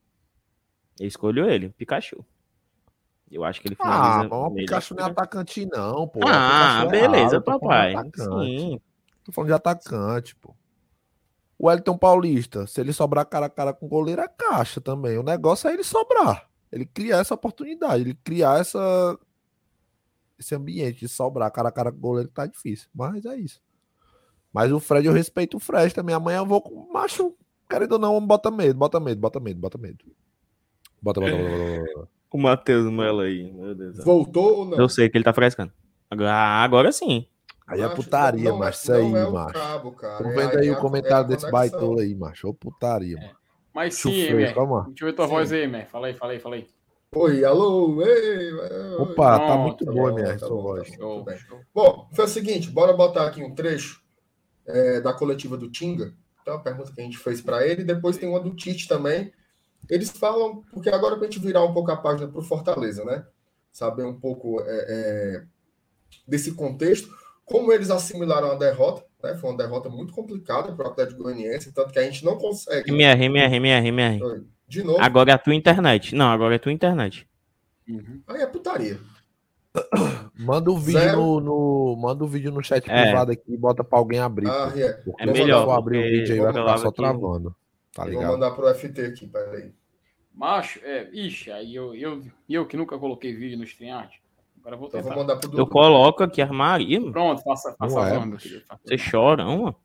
Eu escolho ele, Pikachu. Eu acho que ele Ah, finaliza. mas o melhor Pikachu não é que- atacante, não, pô. Ah, O Pikachu é beleza, raro, eu tô falando de papai. atacante. Sim. Tô falando de atacante, pô. O Wellington Paulista, se ele sobrar cara a cara com o goleiro, é caixa também. O negócio é ele sobrar. Ele criar essa oportunidade, ele criar essa... esse ambiente de sobrar cara a cara com o goleiro que tá difícil. Mas é isso. Mas o Fred, eu respeito o Fred também. Amanhã eu vou com macho, querendo ou não, bota medo, bota medo, bota medo, bota medo. Bota, bota, bota, bota, bota. O Matheus Melo aí, meu Deus. Voltou ou não? Eu sei que ele tá frescando. Agora, agora sim. Aí é Macho, putaria, não- não macho. é- Isso aí, não é o macho. cabo, cara. Tô É vendo a- aí é o a- comentário é a desse conexão. baitolo aí, macho. Ô putaria, mano. Mas sim, Chufei, Emer. calma. Deixa eu ver tua Sim. voz aí, Emer. Fala aí, fala aí, fala aí. Oi, alô, ei, ei, Opa, tá Pronto, muito tá boa, bom, minha tá sua bom, voz. tá Show, Tudo bem. show. Bom, foi o seguinte, bora botar aqui um trecho é, da coletiva do Tinga. Então, a pergunta que a gente fez para ele. Depois tem uma do Tite também. Eles falam, porque agora para a gente virar um pouco a página para o Fortaleza, né? Saber um pouco é, é, desse contexto, como eles assimilaram a derrota, né? Foi uma derrota muito complicada para o Atlético Goianiense, tanto que a gente não consegue. M R, M R, M R, M R. De novo, Agora é a tua internet. Não, agora é a tua internet. Uhum. aí é putaria. Manda o vídeo Zero. no, no- manda o vídeo no chat É. privado aqui e bota pra alguém abrir. Ah, pô. é. Porque É se melhor, eu for abrir o porque vídeo aí vai eu ficar só aqui- travando. Tá Eu vou ligado? mandar pro F T aqui, peraí. Macho, é, ixi, aí eu, eu, eu que nunca coloquei vídeo no StreamYard, agora eu vou Então eu tentar. vou mandar pro Eu Dudu. coloco aqui a Maria, mano. Pronto, faça, faça Não a é, honra, meu macho. querido. faça a Você honra. chora, mano.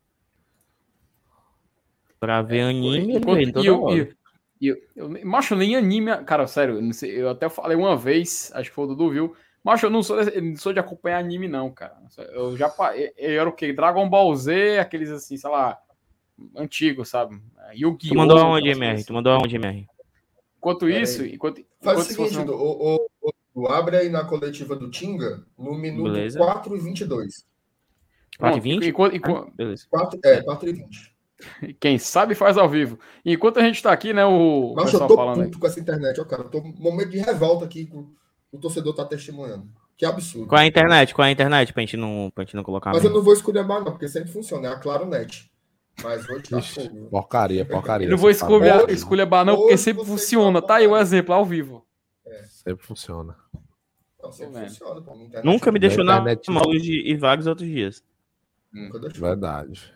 Pra ver anime, ele Enquanto, vem e toda eu, hora. e eu, e eu, eu, macho, nem anime, cara, sério, eu, não sei, eu até falei uma vez, acho que foi o Dudu, viu? Macho, eu não sou, eu não sou de acompanhar anime, não, cara. Eu já, pa- eu, eu era o quê? Dragon Ball Z, aqueles assim, sei lá, antigos, sabe? Yu-Gi-Oh! Tu mandou aonde, aquelas M R? coisas Tu assim. mandou aonde, M R? Enquanto Pera isso, aí. enquanto, Faz enquanto o se seguinte, fosse um- Dudu, o, o, o, o- abre aí na coletiva do Tinga no minuto Beleza. quatro e vinte e dois. quatro e Pronto, vinte? enquanto, enquanto, Beleza. quatro, é, quatro e vinte. quem sabe faz ao vivo. Enquanto a gente tá aqui, né, o Mas eu pessoal tô falando aí. puto com essa internet, ó, cara. Eu tô num momento de revolta aqui que o, o torcedor tá testemunhando. Que absurdo. Qual é a internet? Qual é a internet pra gente não, pra gente não colocar Mas eu mesmo? não vou escolher mais, não, porque sempre funciona. É a Claro Net. Mas hoje tá Ixi, fogo. porcaria, porcaria. Eu não vou essa escolher, parada. Hoje- escolher bar não, porque hoje sempre você funciona. tá Tá aí o botando. exemplo, ao vivo. Sempre funciona. Não, sempre Tô vendo. funciona, pô. Minha internet Nunca me Da deixou na internet- mão hoje e vários outros dias. nunca deixou. Verdade.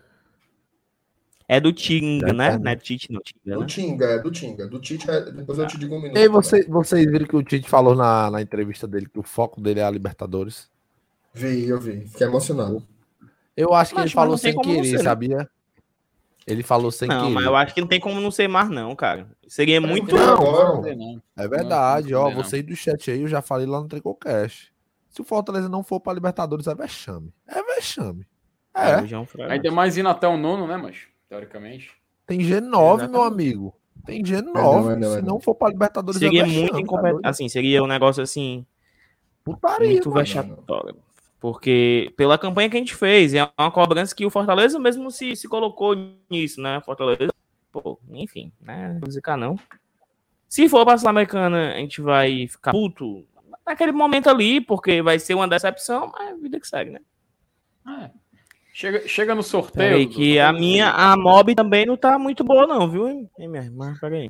É do Tinga, Da né? internet. Não é do Tite, não. Tinga, Do né? Tinga, é do Tinga. Do Tite, é... depois eu te digo um minuto. E aí, também. você, vocês viram que o Tite falou na, na entrevista dele que o foco dele é a Libertadores? Vi, eu vi. Fiquei emocionado. Eu acho que Mas, ele falou mas não tem sem como não querer, ser, né? sabia? Ele falou sem Não, querer. mas eu acho que não tem como não ser mais, não, cara. Seria muito. Não, Não, agora, Não, É verdade, Não, não ó. sei não. Vocês do chat aí, eu já falei lá no Tricocast. Se o Fortaleza não for pra Libertadores, é vexame. É vexame. É. Hoje é um fracasso. Ainda mais indo até o nono, né, mas teoricamente. Tem G nove, meu Exatamente. amigo. Tem G É nove. não, é não, é Se não. não for pra Libertadores, Seria é vexame. muito tá incompetente. doido? Assim, seria um negócio assim. Putaria, Muito mano. vexatório. Porque pela campanha que a gente fez, é uma cobrança que o Fortaleza mesmo se, se colocou nisso, né? Fortaleza, pô, enfim, né? Não vou zicar, não. Se for pra Sul-Americana, a gente vai ficar puto naquele momento ali, porque vai ser uma decepção, mas a vida que segue, né? É. Chega, chega no sorteio. Peraí, que a minha, a mob também não tá muito boa, não, viu, hein, minha irmã? Peraí.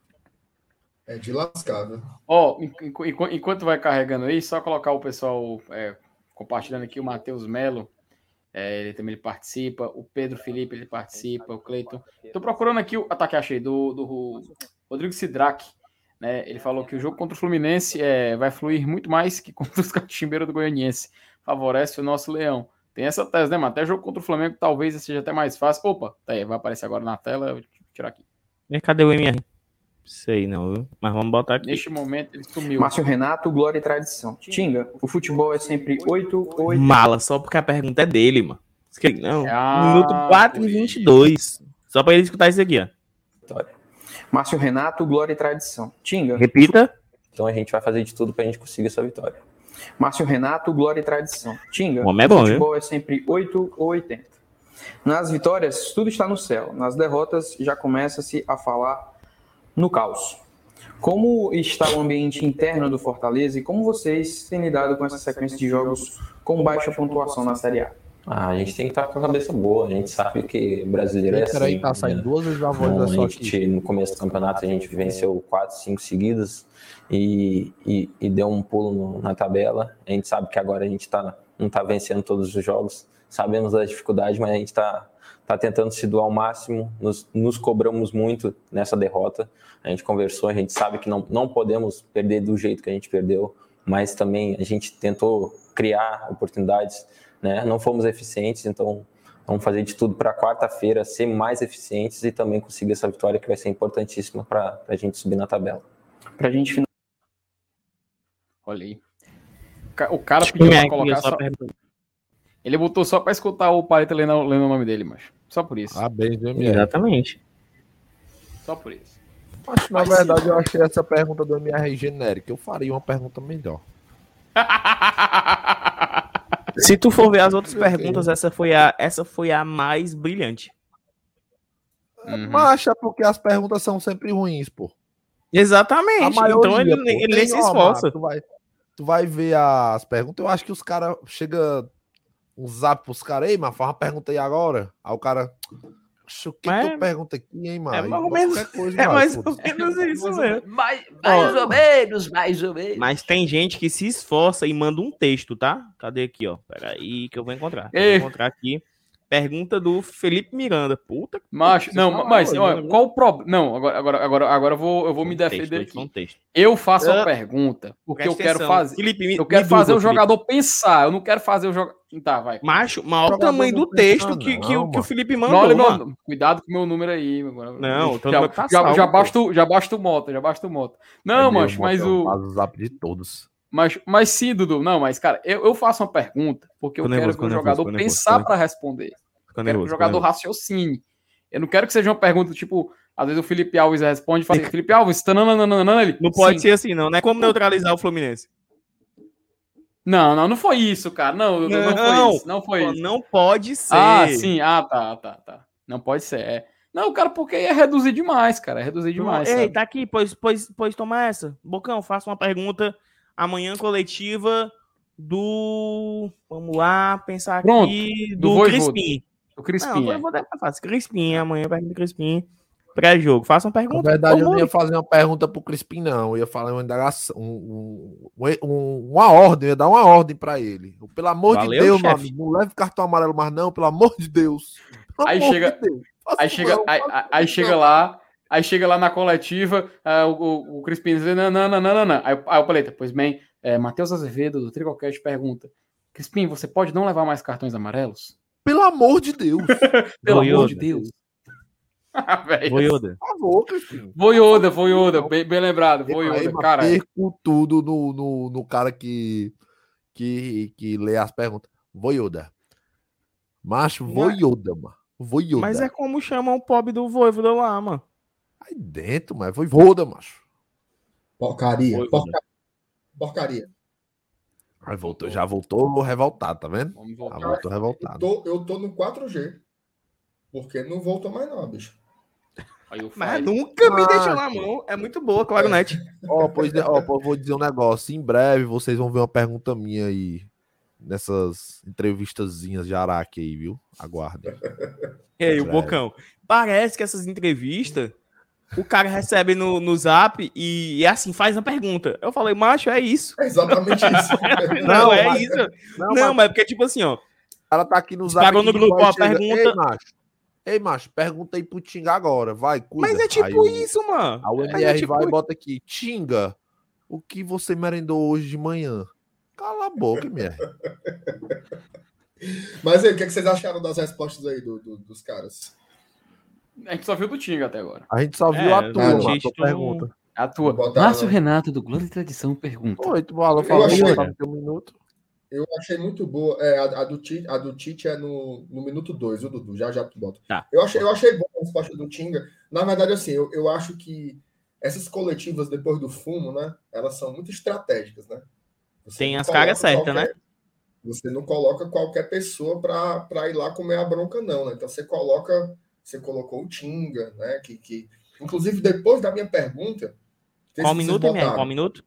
é de lascar, viu? Ó, enqu- enqu- enquanto vai carregando aí, só colocar o pessoal é, compartilhando aqui, o Matheus Melo, é, ele também ele participa, o Pedro Felipe, ele participa, o Cleiton. Tô procurando aqui o ataque, achei, do, do Rodrigo Sidraque, né? Ele falou que o jogo contra o Fluminense é, vai fluir muito mais que contra os cachimbeiros do Goianiense. Favorece o nosso Leão. Tem essa tese, né, mano? Até jogo contra o Flamengo talvez seja até mais fácil. Opa, tá aí, vai aparecer agora na tela, eu vou tirar aqui. E cadê o M R? Sei não, viu? Mas vamos botar aqui. Neste momento ele sumiu. Márcio Renato, Glória e Tradição. Tinga, o futebol é sempre oito ou oito. Mala, só porque a pergunta é dele, mano. Não, Ah, minuto quatro e por vinte e dois. Só pra ele escutar isso aqui, ó. Márcio Renato, Glória e Tradição. Tinga, Repita. Então a gente vai fazer de tudo pra gente conseguir essa vitória. Márcio Renato, Glória e Tradição. Tinga, O homem é bom, o futebol é sempre oito ou oitenta. Nas vitórias, tudo está no céu. Nas derrotas, já começa-se a falar no caos. Como está o ambiente interno do Fortaleza e como vocês têm lidado com essa sequência de jogos com baixa pontuação na Série A? Ah, a gente tem que estar com a cabeça boa. A gente sabe que brasileiro é Peraí, assim. tá saindo né? duas vezes a voz Não, da a sua gente, aqui. no começo do campeonato a gente venceu quatro, cinco seguidas e, e, e deu um pulo no- na tabela. A gente sabe que agora a gente tá, não está vencendo todos os jogos. Sabemos das dificuldades, mas a gente está tá tentando se doar ao máximo. Nos, nos cobramos muito nessa derrota. A gente conversou, a gente sabe que não, não podemos perder do jeito que a gente perdeu, mas também a gente tentou criar oportunidades, né? Não fomos eficientes, então vamos fazer de tudo para quarta-feira ser mais eficientes e também conseguir essa vitória que vai ser importantíssima para a gente subir na tabela. Para a gente finalizar. Olha aí. O ca- O cara pediu M R pra aqui, colocar só só... pergunta. Ele botou só pra escutar o Paleta lendo, lendo o nome dele, mas só por isso. Ah, bem, do M R. Exatamente. Só por isso. Acho que, na Mas verdade, eu achei essa pergunta do M R genérica. Eu faria uma pergunta melhor. Se tu for ver as outras perguntas, essa foi a, essa foi a mais brilhante. Uhum. Mas é porque as perguntas são sempre ruins, pô. A Exatamente. maioria, Então ele, pô. ele nem Tem- se ó, esforça. mano, tu, vai, tu vai ver as perguntas. Eu acho que os caras chegam um zap pros caras aí, mas faz uma pergunta aí agora. Aí o cara Macho, o que Mas- tu pergunta aqui, hein, macho? É mais ou menos, Qualquer coisa, é vai, mais ou foda-se. menos isso mesmo. Mais, mais ou menos, mais ou menos. Mas tem gente que se esforça e manda um texto, tá? Cadê aqui, ó? Peraí que eu vou encontrar. Eu Ei. vou encontrar aqui. Pergunta do Felipe Miranda. Puta que Macho, vocês não, falaram mas hoje, olha, né? qual o problema? Não, agora, agora, agora, agora eu vou, eu vou me Um texto, defender hoje foi um aqui. texto. Eu faço Ah, a pergunta porque Presta eu quero atenção. fazer. Felipe, me, Eu quero me fazer dubla, o Felipe. jogador pensar. Eu não quero fazer o jogador. Tá, vai. Macho, maior Jogador tamanho não do texto pensa que, que, não, o- que o mano. Felipe Não, mandou, olha, mano. meu, cuidado com o meu número aí. Agora. Não, teu já, número tá já, salvo, já, pô. basta, o- já basta o moto, já basta o moto. Não, Cadê macho, mas botão? o. Faz o zap de todos. Mas, mas sim, Dudu. Não, mas, cara, eu, eu faço uma pergunta porque eu Ficou quero nervoso, que o ficou jogador nervoso, ficou pensar nervoso, para responder. Fica Eu quero que o nervoso, fica jogador nervoso. raciocine. Eu não quero que seja uma pergunta, tipo, às vezes o Felipe Alves responde e fala assim, Felipe Alves, tananana, ele. Não pode sim. ser assim, não. Não é como neutralizar o Fluminense. Não, não, não foi isso, cara. Não, Dudu, não, Não, foi isso. Não foi Pô, isso. não pode ser. Ah, sim. Ah, tá, tá, tá. Não pode ser. É. Não, cara, porque é reduzir demais, cara. É reduzir demais. Ei, sabe? tá aqui, pois, pois, pois toma essa. Bocão, faça uma pergunta amanhã coletiva do... Vamos lá, pensar aqui. Pronto, Do, do Voivoda. Crispim. O Crispim. Não, é. eu vou dar pra fazer. Crispim, amanhã pergunta do Crispim. Pré-jogo. Faça uma Na pergunta. verdade, eu não Vamos. ia fazer uma pergunta pro Crispim, não. Eu ia falar uma indagação, um, um, um, uma ordem, eu ia dar uma ordem pra ele. Pelo amor Valeu, de Deus, meu chefe. amigo, não leve cartão amarelo mais, não, pelo amor de Deus. Pelo Aí amor chega- de Deus. Faça Aí chega, não, aí, faça aí- aí não. chega lá, aí chega lá na coletiva, ah, o, o, o Crispim diz, não, não, não, não, não, não. Aí, aí o Paleta, pois bem, é, Matheus Azevedo, do Tricocast, pergunta, Crispim, você pode não levar mais cartões amarelos? Pelo amor de Deus. Pelo Voivoda. amor de Deus. Ah, velho. Voivoda. Por favor, Crispim. Voivoda, Voivoda, bem, bem lembrado, Aí, Voivoda, mas cara. perco tudo no, no, no cara que, que, que lê as perguntas. Voivoda. Macho, Voivoda, mano. Voivoda. Mas é como chamam o pobre do Voivoda lá, mano. Aí dentro, mas Voivoda, macho. Porcaria. Foi, Porca- Porcaria. Aí voltou, já voltou revoltado, tá vendo? Vamos Já voltar. voltou Eu revoltado. tô, eu tô no quatro G. Porque não voltou mais, não, bicho. Aí o Mas Fai- nunca me Ah, deixou na mão. É muito boa, claro, net. Ó, pois, ó, pô, vou dizer um negócio. Em breve vocês vão ver uma pergunta minha aí. Nessas entrevistazinhas de Araque aí, viu? Aguardem. Ei, o Breve. Bocão. Parece que essas entrevistas, o cara recebe no, no zap e, e assim, faz uma pergunta. Eu falei, macho, é isso. É exatamente isso. Não, é mas- isso. Não, Não, mas mas é porque, tipo assim, ó. o cara tá aqui no Disparou zap. no aqui, grupo, vai, ó, chega, pergunta- Ei, macho. Ei, macho, pergunta aí pro Tinga agora. Vai, cuida. Mas é tipo Aí o- isso, mano. A U M Mas R é tipo vai e isso. bota aqui. Tinga, o que você merendou hoje de manhã? Cala a boca, M R. Mas aí, o que, é que vocês acharam das respostas aí do, do- dos caras? A gente só viu do Tinga até agora. A gente só viu É, a tua, não, mano, a gente, tua tu pergunta. A tua. Botaram- Márcio Renato, do Glória e Tradição, pergunta. Oi, tu falou, Eu falou, achei- tá no teu minuto. Eu achei muito boa. É, a, a do Tite, a do Tite é no, no minuto dois, o Dudu. Já já tu bota. Tá. Eu achei, eu achei boa a resposta do Tinga. Na verdade, assim, eu, eu acho que essas coletivas depois do fumo, né? Elas são muito estratégicas, né? Você Tem não as caras coloca certas, né? Você não coloca qualquer pessoa para ir lá comer a bronca, não, né? Então você coloca, você colocou o Tinga, né? Que, que, inclusive, depois da minha pergunta. Qual vocês minuto, M R? botaram, Qual minuto?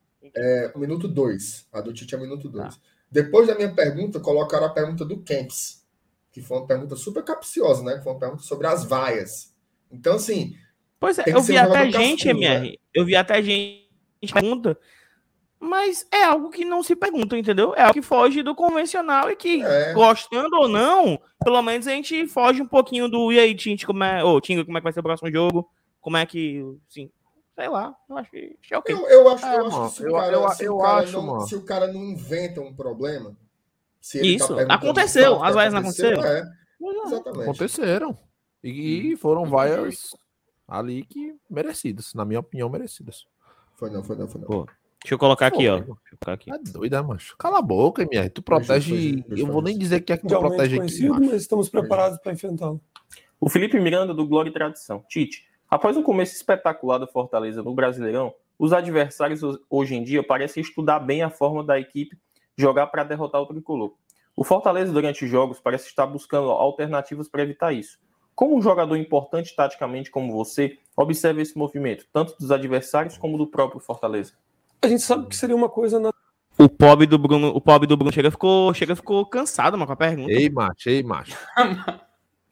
é, o minuto dois. A do Tite é minuto dois. Tá. Depois da minha pergunta, colocaram a pergunta do Kempis, que foi uma pergunta super capciosa, né? Que foi uma pergunta sobre as vaias. Então, assim, Pois é, Tem que eu ser vi um até jogador gente, cascudo, M R. Eu vi até gente que pergunta, mas é algo que não se pergunta, entendeu? É algo que foge do convencional e que, É. gostando ou não, pelo menos a gente foge um pouquinho do e aí, Tinti, como é. Ô, Tinga, como é que vai ser o próximo jogo? Como é que. Sim, sei lá, eu acho que acho que é ok. eu, eu acho, É, eu acho mano, que se eu- o cara, eu- se o eu cara acho, não, mano. se o cara não inventa um problema, se ele tá Isso, perguntando aconteceu, fato que as vaias não aconteceu, aconteceram? É, exatamente. Aconteceram. E, e foram vaias ali que merecidas, na minha opinião, merecidas. Foi não, foi não, foi não. Pô, deixa eu colocar aqui, ó. Foi. Deixa eu colocar aqui. É doida, macho. Cala a boca, M R. Tu Foi protege. justo, foi justo, foi Eu vou nem justo. dizer que é que tu Mundialmente protege aqui, conhecido, macho. mas estamos preparados para enfrentá-lo. O Felipe Miranda, do Glória e Tradição. Tite, após um começo espetacular do Fortaleza no Brasileirão, os adversários hoje em dia parecem estudar bem a forma da equipe jogar para derrotar o Tricolor. O Fortaleza, durante os jogos, parece estar buscando alternativas para evitar isso. Como um jogador importante taticamente como você, observa esse movimento, tanto dos adversários como do próprio Fortaleza? A gente sabe que seria uma coisa na... O pobre do Bruno, o pobre do Bruno chega ficou, chega ficou cansado, mano, com a pergunta. Ei, macho, ei, macho.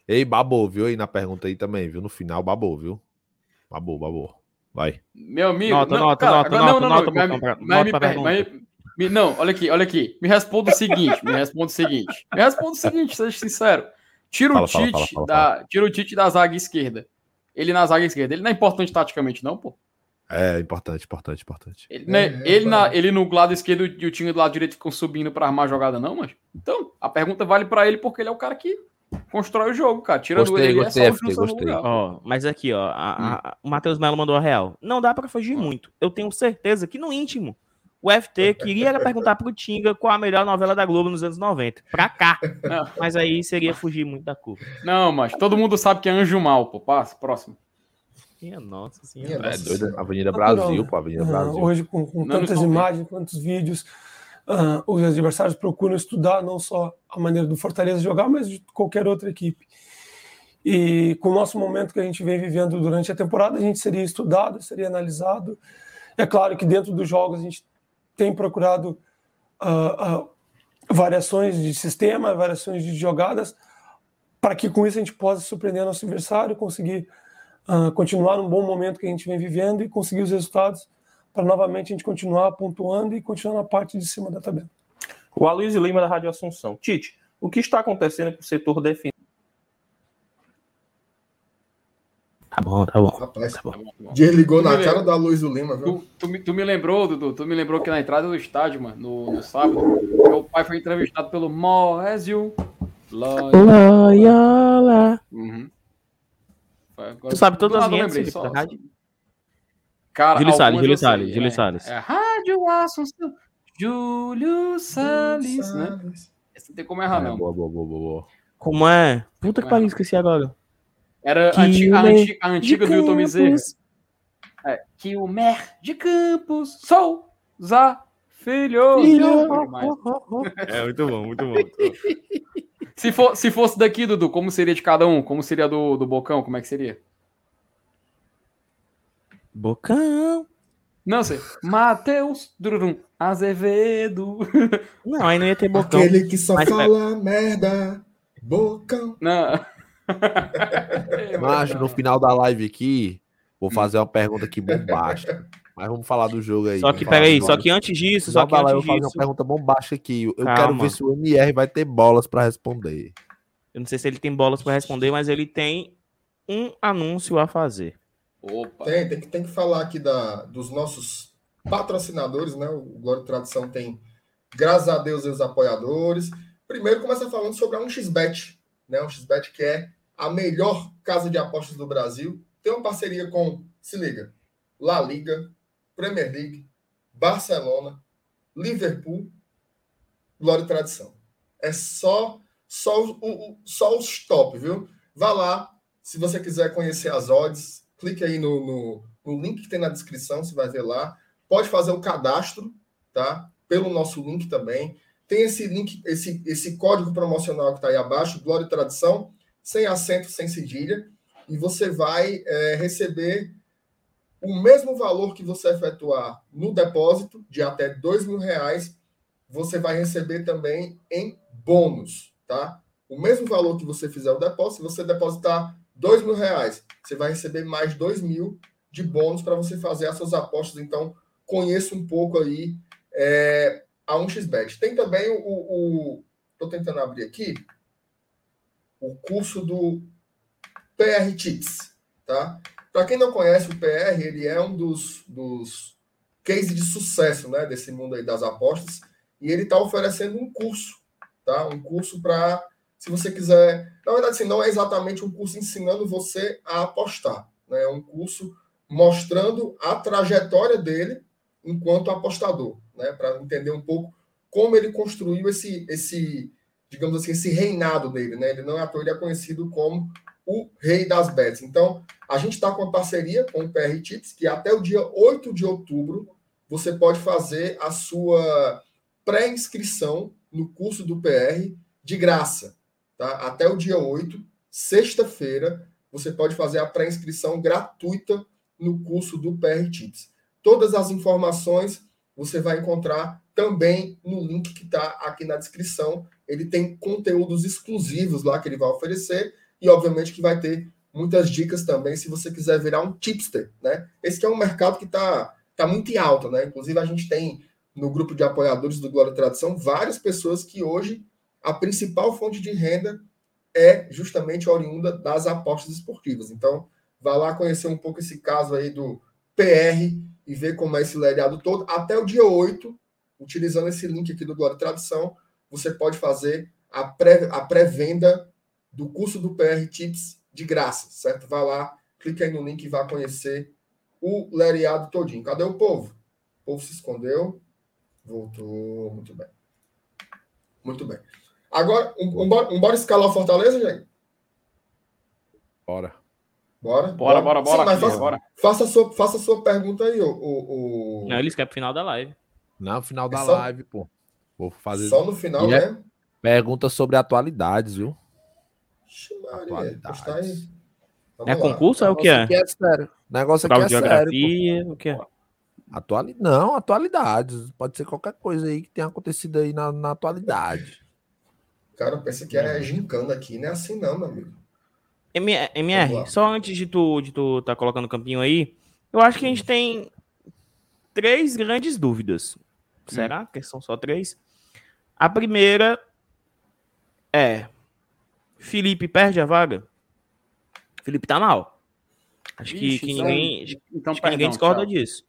Ei, babou, viu? Aí na pergunta aí também, viu? No final, babou, viu? Babou, babou. Vai. Meu amigo. Nota, não, nota, cara, nota, agora- nota, não, não, nota, não, mas- Bocão, pra- mas nota me pra per- pergunta. mas- me- Não, olha aqui, olha aqui. Me responda o seguinte, me responda o seguinte. Me responda o seguinte, seja sincero. Tira o Fala, fala, Tite fala, fala, da, tira o Tite da zaga esquerda. Ele na zaga esquerda. Ele não é importante taticamente, não, pô. É, importante, importante, importante. Ele, né, É, ele, na, vai. ele no lado esquerdo e o time do lado direito ficam subindo pra armar a jogada, não, mas. Então, a pergunta vale pra ele porque ele é o cara que constrói o jogo, cara. Tirando Gostei, ele, gostei, é só o F T, Gilson no gostei. lugar. Ó, mas aqui, ó, a- a- o Matheus Melo mandou a real. Não dá pra fugir muito. Eu tenho certeza que no íntimo, o F T queria perguntar pro Tinga qual a melhor novela da Globo nos anos noventa. Pra cá. Não. Mas aí seria fugir muito da curva. Não, mas todo mundo sabe que é Anjo Mal, pô. Passa, próximo. Minha nossa Minha senhora. É nossa doido. senhora. Avenida Natural, Brasil, né? pô, Avenida Ah, Brasil. hoje, com, com Não tantas nos convém. imagens, tantos vídeos, ah, os adversários procuram estudar não só a maneira do Fortaleza jogar, mas de qualquer outra equipe. E com o nosso momento que a gente vem vivendo durante a temporada, a gente seria estudado, seria analisado. É claro que dentro dos jogos a gente tem procurado ah, ah, variações de sistema, variações de jogadas, para que com isso a gente possa surpreender nosso adversário, conseguir ah, continuar num bom momento que a gente vem vivendo e conseguir os resultados para novamente a gente continuar pontuando e continuar na parte de cima da tabela. O Aloysio Lima da Rádio Assunção. Tite, o que está acontecendo com o setor defensivo? Tá bom, tá bom. Rapaz, Tá bom. Tá bom, tá bom. desligou Tu na me cara lembra- da Luz do Lima, viu? Tu, tu, me- tu me lembrou, Dudu, tu me lembrou que na entrada do estádio, mano, no, no sábado, meu pai foi entrevistado pelo Moésio Loyola. Uhum. Foi agora- Tu sabe do todas as nada eu vinhetas, lembrei, Felipe, só- da rádio? Cara, Júlio Salles, algumas Júlio eu sei, Salles, Júlio é, Salles. É Rádio Assunção. Júlio Salles, né? Esse não tem como errar, É, não. boa, boa, boa, boa, boa. Como é? Puta que pariu, esqueci agora. Era Que a antiga, a o antiga, a antiga do de Hilton Bezerra. Campos. É, que o Mer de Campos Souza Filho. Filho. Bom demais. É, muito bom, muito bom. Se, for, se fosse daqui, Dudu, como seria de cada um? Como seria do, do Bocão? Como é que seria? Bocão. Não sei. Matheus Durum Azevedo. Não, aí não ia ter bocão. Aquele que só Mas- fala merda, bocão. Não. Macho, no final da live aqui, vou fazer uma pergunta aqui bombástica. Mas vamos falar do jogo aí. Só vamos que, falar peraí, do só jogo. que antes disso, No só final que da live eu antes vou fazer uma disso, pergunta bombástica aqui. Eu Calma. quero ver se o M R vai ter bolas pra responder. eu não sei se ele tem bolas pra responder, mas ele tem um anúncio a fazer. Opa. Tem, tem, que, tem que falar aqui da, dos nossos patrocinadores, né? O Glória e Tradição tem, graças a Deus, os apoiadores. Primeiro começa falando sobre a um x bet, né? um x bet que é a melhor casa de apostas do Brasil. Tem uma parceria com, se liga, La Liga, Premier League, Barcelona, Liverpool, Glória e Tradição. É só, só, o, o, só os top, viu? Vá lá, se você quiser conhecer as odds, clique aí no, no, no link que tem na descrição, você vai ver lá. Pode fazer o cadastro, tá? Pelo nosso link também. Tem esse link, esse, esse código promocional que está aí abaixo, Glória e Tradição, sem acento, sem cedilha, e você vai é, receber o mesmo valor que você efetuar no depósito, de até dois mil reais, você vai receber também em bônus, tá? O mesmo valor que você fizer o depósito, se você depositar dois mil reais, você vai receber mais dois mil de bônus para você fazer as suas apostas. Então, conheça um pouco aí é, a um x bet. Tem também o... Estou tentando abrir aqui o curso do P R Tips, tá? Para quem não conhece, o P R, ele é um dos, dos cases de sucesso, né, desse mundo aí das apostas, e ele está oferecendo um curso, tá? Um curso para, se você quiser... Na verdade, assim, não é exatamente um curso ensinando você a apostar, né? É um curso mostrando a trajetória dele enquanto apostador, né? Para entender um pouco como ele construiu esse, esse, digamos assim, esse reinado dele, né? Ele não é à toa, ele é conhecido como o rei das bets. Então, a gente está com uma parceria com o P R Tips, que até o dia oito de outubro você pode fazer a sua pré-inscrição no curso do P R de graça, tá? Até o dia oito, sexta-feira, você pode fazer a pré-inscrição gratuita no curso do P R Tips. Todas as informações você vai encontrar também no link que está aqui na descrição. Ele tem conteúdos exclusivos lá que ele vai oferecer. e obviamente que vai ter muitas dicas também se você quiser virar um tipster, né? Esse que é um mercado que está tá muito em alta, né? Inclusive a gente tem no grupo de apoiadores do Glória e Tradição várias pessoas que hoje a principal fonte de renda é justamente oriunda das apostas esportivas. Então, vá lá conhecer um pouco esse caso aí do P R e ver como é esse lereado todo. Até o dia oito, utilizando esse link aqui do Glória e Tradição, você pode fazer a, pré, a pré-venda do curso do P R Tips de graça, certo? Vá lá, clica aí no link e vá conhecer o lereado todinho. Cadê o povo? O povo se escondeu. Voltou. Muito bem. Muito bem. Agora, um, um, um, bora escalar o Fortaleza, gente? Bora. Bora? Bora, bora, bora. Sim, mas filho, faça, bora. Faça, a sua, faça a sua pergunta aí, o... o, o... Não, eles querem pro final da live. Não, final da É só- live, pô. Vou fazer Só no final, E é- né? pergunta sobre atualidades, viu? Ixi, Maria, Atualidades. pois tá aí. Vamos É lá. concurso ou é o que Negócio é? aqui é sério. Negócio Prova aqui de é sério, pô. geografia, o que é? Atuali... Não, atualidades. Pode ser qualquer coisa aí que tenha acontecido aí na, na atualidade. Cara, eu pensei que era gincana aqui, não é assim não, meu amigo. M- Vamos lá. MR, só antes de tu, de tu tá colocando o campinho aí, eu acho que a gente tem três grandes dúvidas. Será que são só três? A primeira é: Felipe perde a vaga? Felipe tá mal. Acho que, Vixe, que então- ninguém, acho Então, que ninguém perdão, discorda tchau. disso.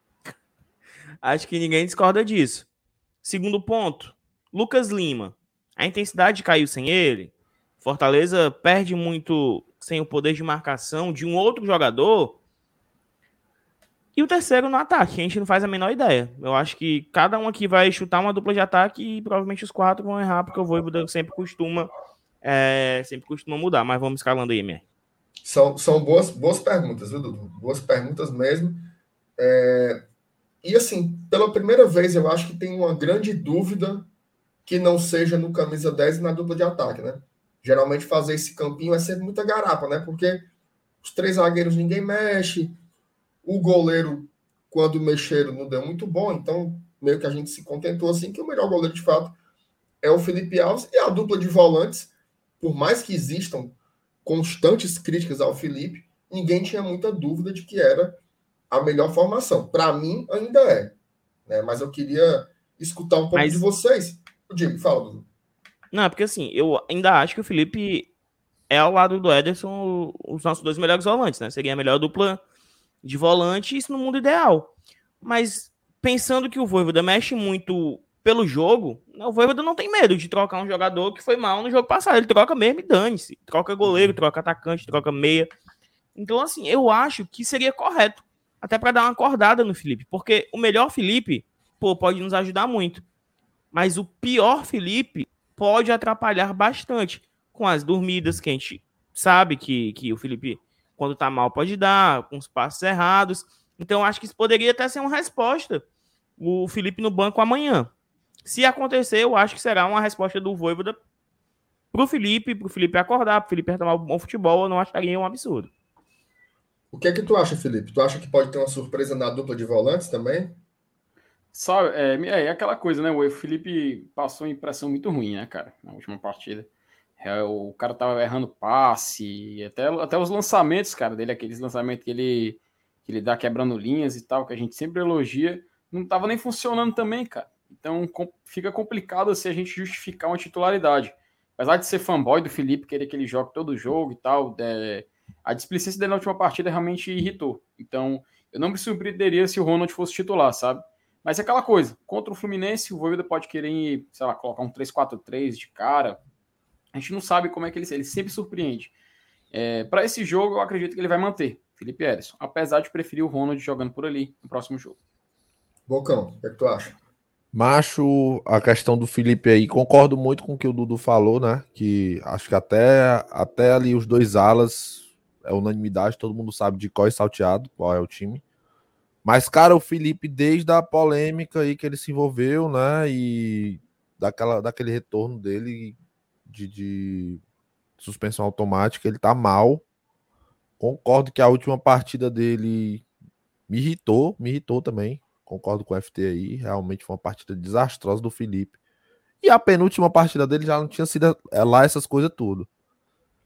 Acho que ninguém discorda disso. Segundo ponto, Lucas Lima. A intensidade caiu sem ele. Fortaleza perde muito sem o poder de marcação de um outro jogador. E o terceiro no ataque, a gente não faz a menor ideia. Eu acho que cada um aqui vai chutar uma dupla de ataque e provavelmente os quatro vão errar, porque o Vojvoda sempre costuma, é, sempre costuma mudar. Mas vamos escalando aí, M R. São, são boas, boas perguntas, viu, Dudu? Boas perguntas mesmo. É, E assim, pela primeira vez, eu acho que tem uma grande dúvida que não seja no camisa dez e na dupla de ataque, né? Geralmente fazer esse campinho é sempre muita garapa, né? Porque os três zagueiros ninguém mexe, o goleiro, quando mexeram, não deu muito bom, então meio que a gente se contentou assim, que o melhor goleiro, de fato, é o Felipe Alves, e a dupla de volantes, por mais que existam constantes críticas ao Felipe, ninguém tinha muita dúvida de que era a melhor formação. Para mim, ainda é. Né? Mas eu queria escutar um pouco Mas- de vocês. Digo, fala, Dudu. Não, é porque assim, eu ainda acho que o Felipe é ao lado do Ederson os nossos dois melhores volantes, né? Seria a melhor dupla de volante, isso no mundo ideal. Mas pensando que o Vojvoda mexe muito pelo jogo, o Vojvoda não tem medo de trocar um jogador que foi mal no jogo passado. Ele troca mesmo e dane-se. Troca goleiro, troca atacante, troca meia. Então, assim, eu acho que seria correto. Até para dar uma acordada no Felipe. Porque o melhor Felipe, pô, pode nos ajudar muito. Mas o pior Felipe pode atrapalhar bastante com as dormidas que a gente sabe que, que o Felipe, quando tá mal, pode dar, com os passos errados. Então, acho que isso poderia até ser uma resposta. O Felipe no banco amanhã. Se acontecer, eu acho que será uma resposta do Vojvoda pro Felipe, pro Felipe acordar, pro Felipe retomar um bom futebol. Eu não acharia um absurdo. O que é que tu acha, Felipe? Tu acha que pode ter uma surpresa na dupla de volantes também? Só, é, é aquela coisa, né? O Felipe passou uma impressão muito ruim, né, cara, na última partida. É, o cara tava errando passe, até, até os lançamentos, cara, dele, aqueles lançamentos que ele, que ele dá quebrando linhas e tal, que a gente sempre elogia, não tava nem funcionando também, cara. Então com, fica complicado assim, a gente justificar uma titularidade. Apesar de ser fanboy do Felipe, querer que ele jogue todo jogo e tal, é, a displicência dele na última partida realmente irritou. Então, eu não me surpreenderia se o Ronald fosse titular, sabe? Mas é aquela coisa, contra o Fluminense, o Vojvoda pode querer, sei lá, colocar um três quatro três de cara. A gente não sabe como é que ele... Ele sempre surpreende. É, para esse jogo, eu acredito que ele vai manter Felipe Ederson, apesar de preferir o Ronald jogando por ali no próximo jogo. Bocão, o que é que tu acha? Macho, a questão do Felipe aí, concordo muito com o que o Dudu falou, né? Que acho que até, até ali os dois alas é unanimidade, todo mundo sabe de qual é salteado, qual é o time. Mas, cara, o Felipe, desde a polêmica aí que ele se envolveu, né? E daquela, daquele retorno dele de, de suspensão automática, ele tá mal. Concordo que a última partida dele me irritou, me irritou também. Concordo com o F T aí, realmente foi uma partida desastrosa do Felipe. E a penúltima partida dele já não tinha sido lá essas coisas tudo.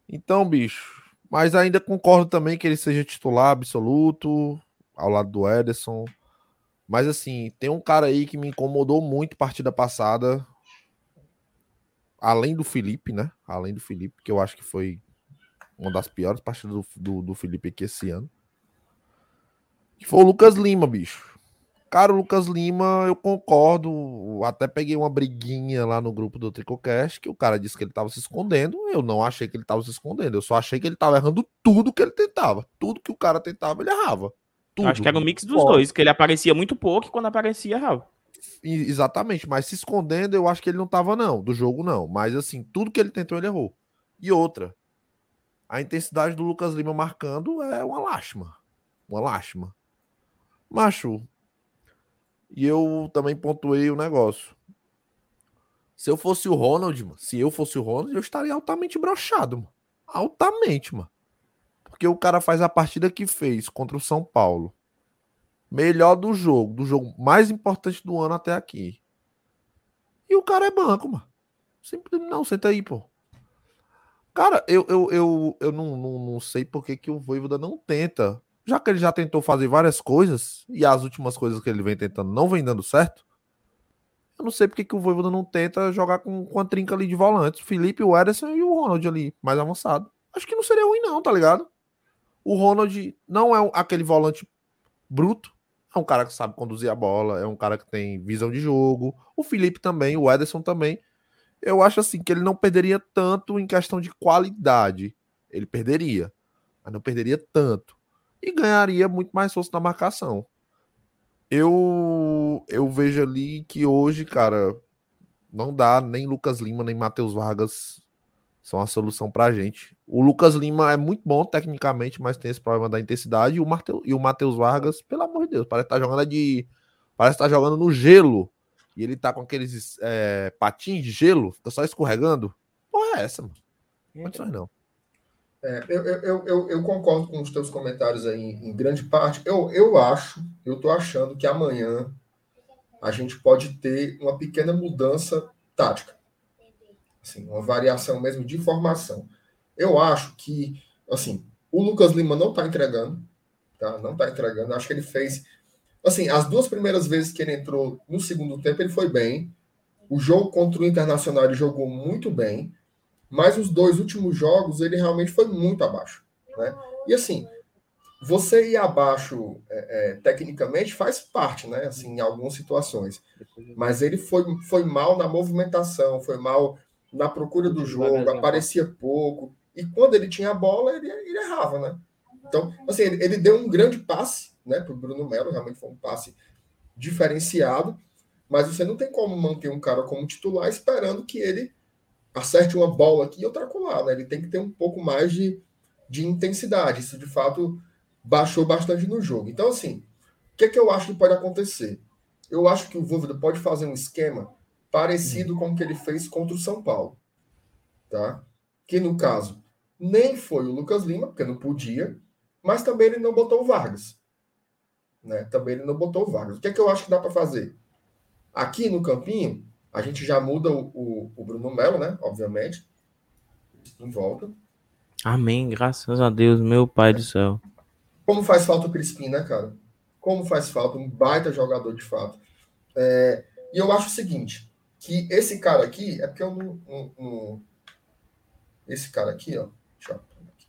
Então, bicho, mas ainda concordo também que ele seja titular absoluto, ao lado do Ederson. Mas assim, tem um cara aí que me incomodou muito partida passada, além do Felipe, né? Além do Felipe, que eu acho que foi uma das piores partidas do, do, do Felipe aqui esse ano. Que foi o Lucas Lima, bicho. Cara, o Lucas Lima, eu concordo. Até peguei uma briguinha lá no grupo do Tricocast, que o cara disse que ele tava se escondendo. Eu não achei que ele tava se escondendo. Eu só achei que ele tava errando tudo que ele tentava. Tudo que o cara tentava, ele errava. Tudo. Acho que era um mix dos dois, que ele aparecia muito pouco e quando aparecia, errava. Exatamente, mas se escondendo, eu acho que ele não tava, não. Do jogo, não. Mas assim, tudo que ele tentou, ele errou. E outra, a intensidade do Lucas Lima marcando é uma lástima. Uma lástima. Macho, e eu também pontuei o negócio. Se eu fosse o Ronald, mano, se eu fosse o Ronald, eu estaria altamente broxado, mano. Altamente, mano. Porque o cara faz a partida que fez contra o São Paulo. Melhor do jogo, do jogo mais importante do ano até aqui. E o cara é banco, mano. Sempre não, senta aí, pô. Cara, eu, eu, eu, eu não, não, não sei por que, que o Voivoda não tenta. Já que ele já tentou fazer várias coisas, e as últimas coisas que ele vem tentando não vem dando certo, eu não sei por que, que o Voivoda não tenta jogar com, com a trinca ali de volantes. O Felipe, o Ederson e o Ronald ali, mais avançado. Acho que não seria ruim não, tá ligado? O Ronald não é aquele volante bruto, é um cara que sabe conduzir a bola, é um cara que tem visão de jogo. O Felipe também, o Ederson também. Eu acho assim que ele não perderia tanto em questão de qualidade. Ele perderia, mas não perderia tanto. E ganharia muito mais força na marcação. Eu, eu vejo ali que hoje, cara, não dá, nem Lucas Lima, nem Matheus Vargas são a solução pra gente. O Lucas Lima é muito bom tecnicamente, mas tem esse problema da intensidade. E o, Marte... e o Matheus Vargas, pelo amor de Deus, parece estar tá jogando de. Parece estar tá jogando no gelo. E ele tá com aqueles é, patins de gelo, tá só escorregando. Porra, é essa, mano? Não pode não. É, eu, eu, eu, eu concordo com os teus comentários aí em, em grande parte. Eu, eu acho, eu tô achando que amanhã a gente pode ter uma pequena mudança tática. Assim, uma variação mesmo de formação. Eu acho que, assim, o Lucas Lima não tá entregando, tá? Não tá entregando. Acho que ele fez... Assim, as duas primeiras vezes que ele entrou no segundo tempo, ele foi bem. O jogo contra o Internacional ele jogou muito bem. Mas os dois últimos jogos, ele realmente foi muito abaixo. Né? E assim, você ir abaixo é, é, tecnicamente faz parte, né? Assim, em algumas situações. Mas ele foi, foi mal na movimentação, foi mal na procura do jogo, aparecia pouco. E quando ele tinha a bola, ele, ele errava, né? Então, assim, ele, ele deu um grande passe, né, para o Bruno Melo, realmente foi um passe diferenciado, mas você não tem como manter um cara como titular esperando que ele acerte uma bola aqui e outra colar, né? Ele tem que ter um pouco mais de, de intensidade. Isso, de fato, baixou bastante no jogo. Então, assim, o que é que eu acho que pode acontecer? Eu acho que o Voivoda pode fazer um esquema parecido com o que ele fez contra o São Paulo, tá? Que, no caso, nem foi o Lucas Lima, porque não podia, mas também ele não botou o Vargas. Né? Também ele não botou o Vargas. O que é que eu acho que dá para fazer? Aqui no campinho, a gente já muda o, o, o Bruno Melo, né? Obviamente. Em volta. Amém, graças a Deus, meu pai do céu. Como faz falta o Crispim, né, cara? Como faz falta um baita jogador de fato. É, e eu acho o seguinte, que esse cara aqui, é porque eu não... não, não esse cara aqui, ó. Deixa eu...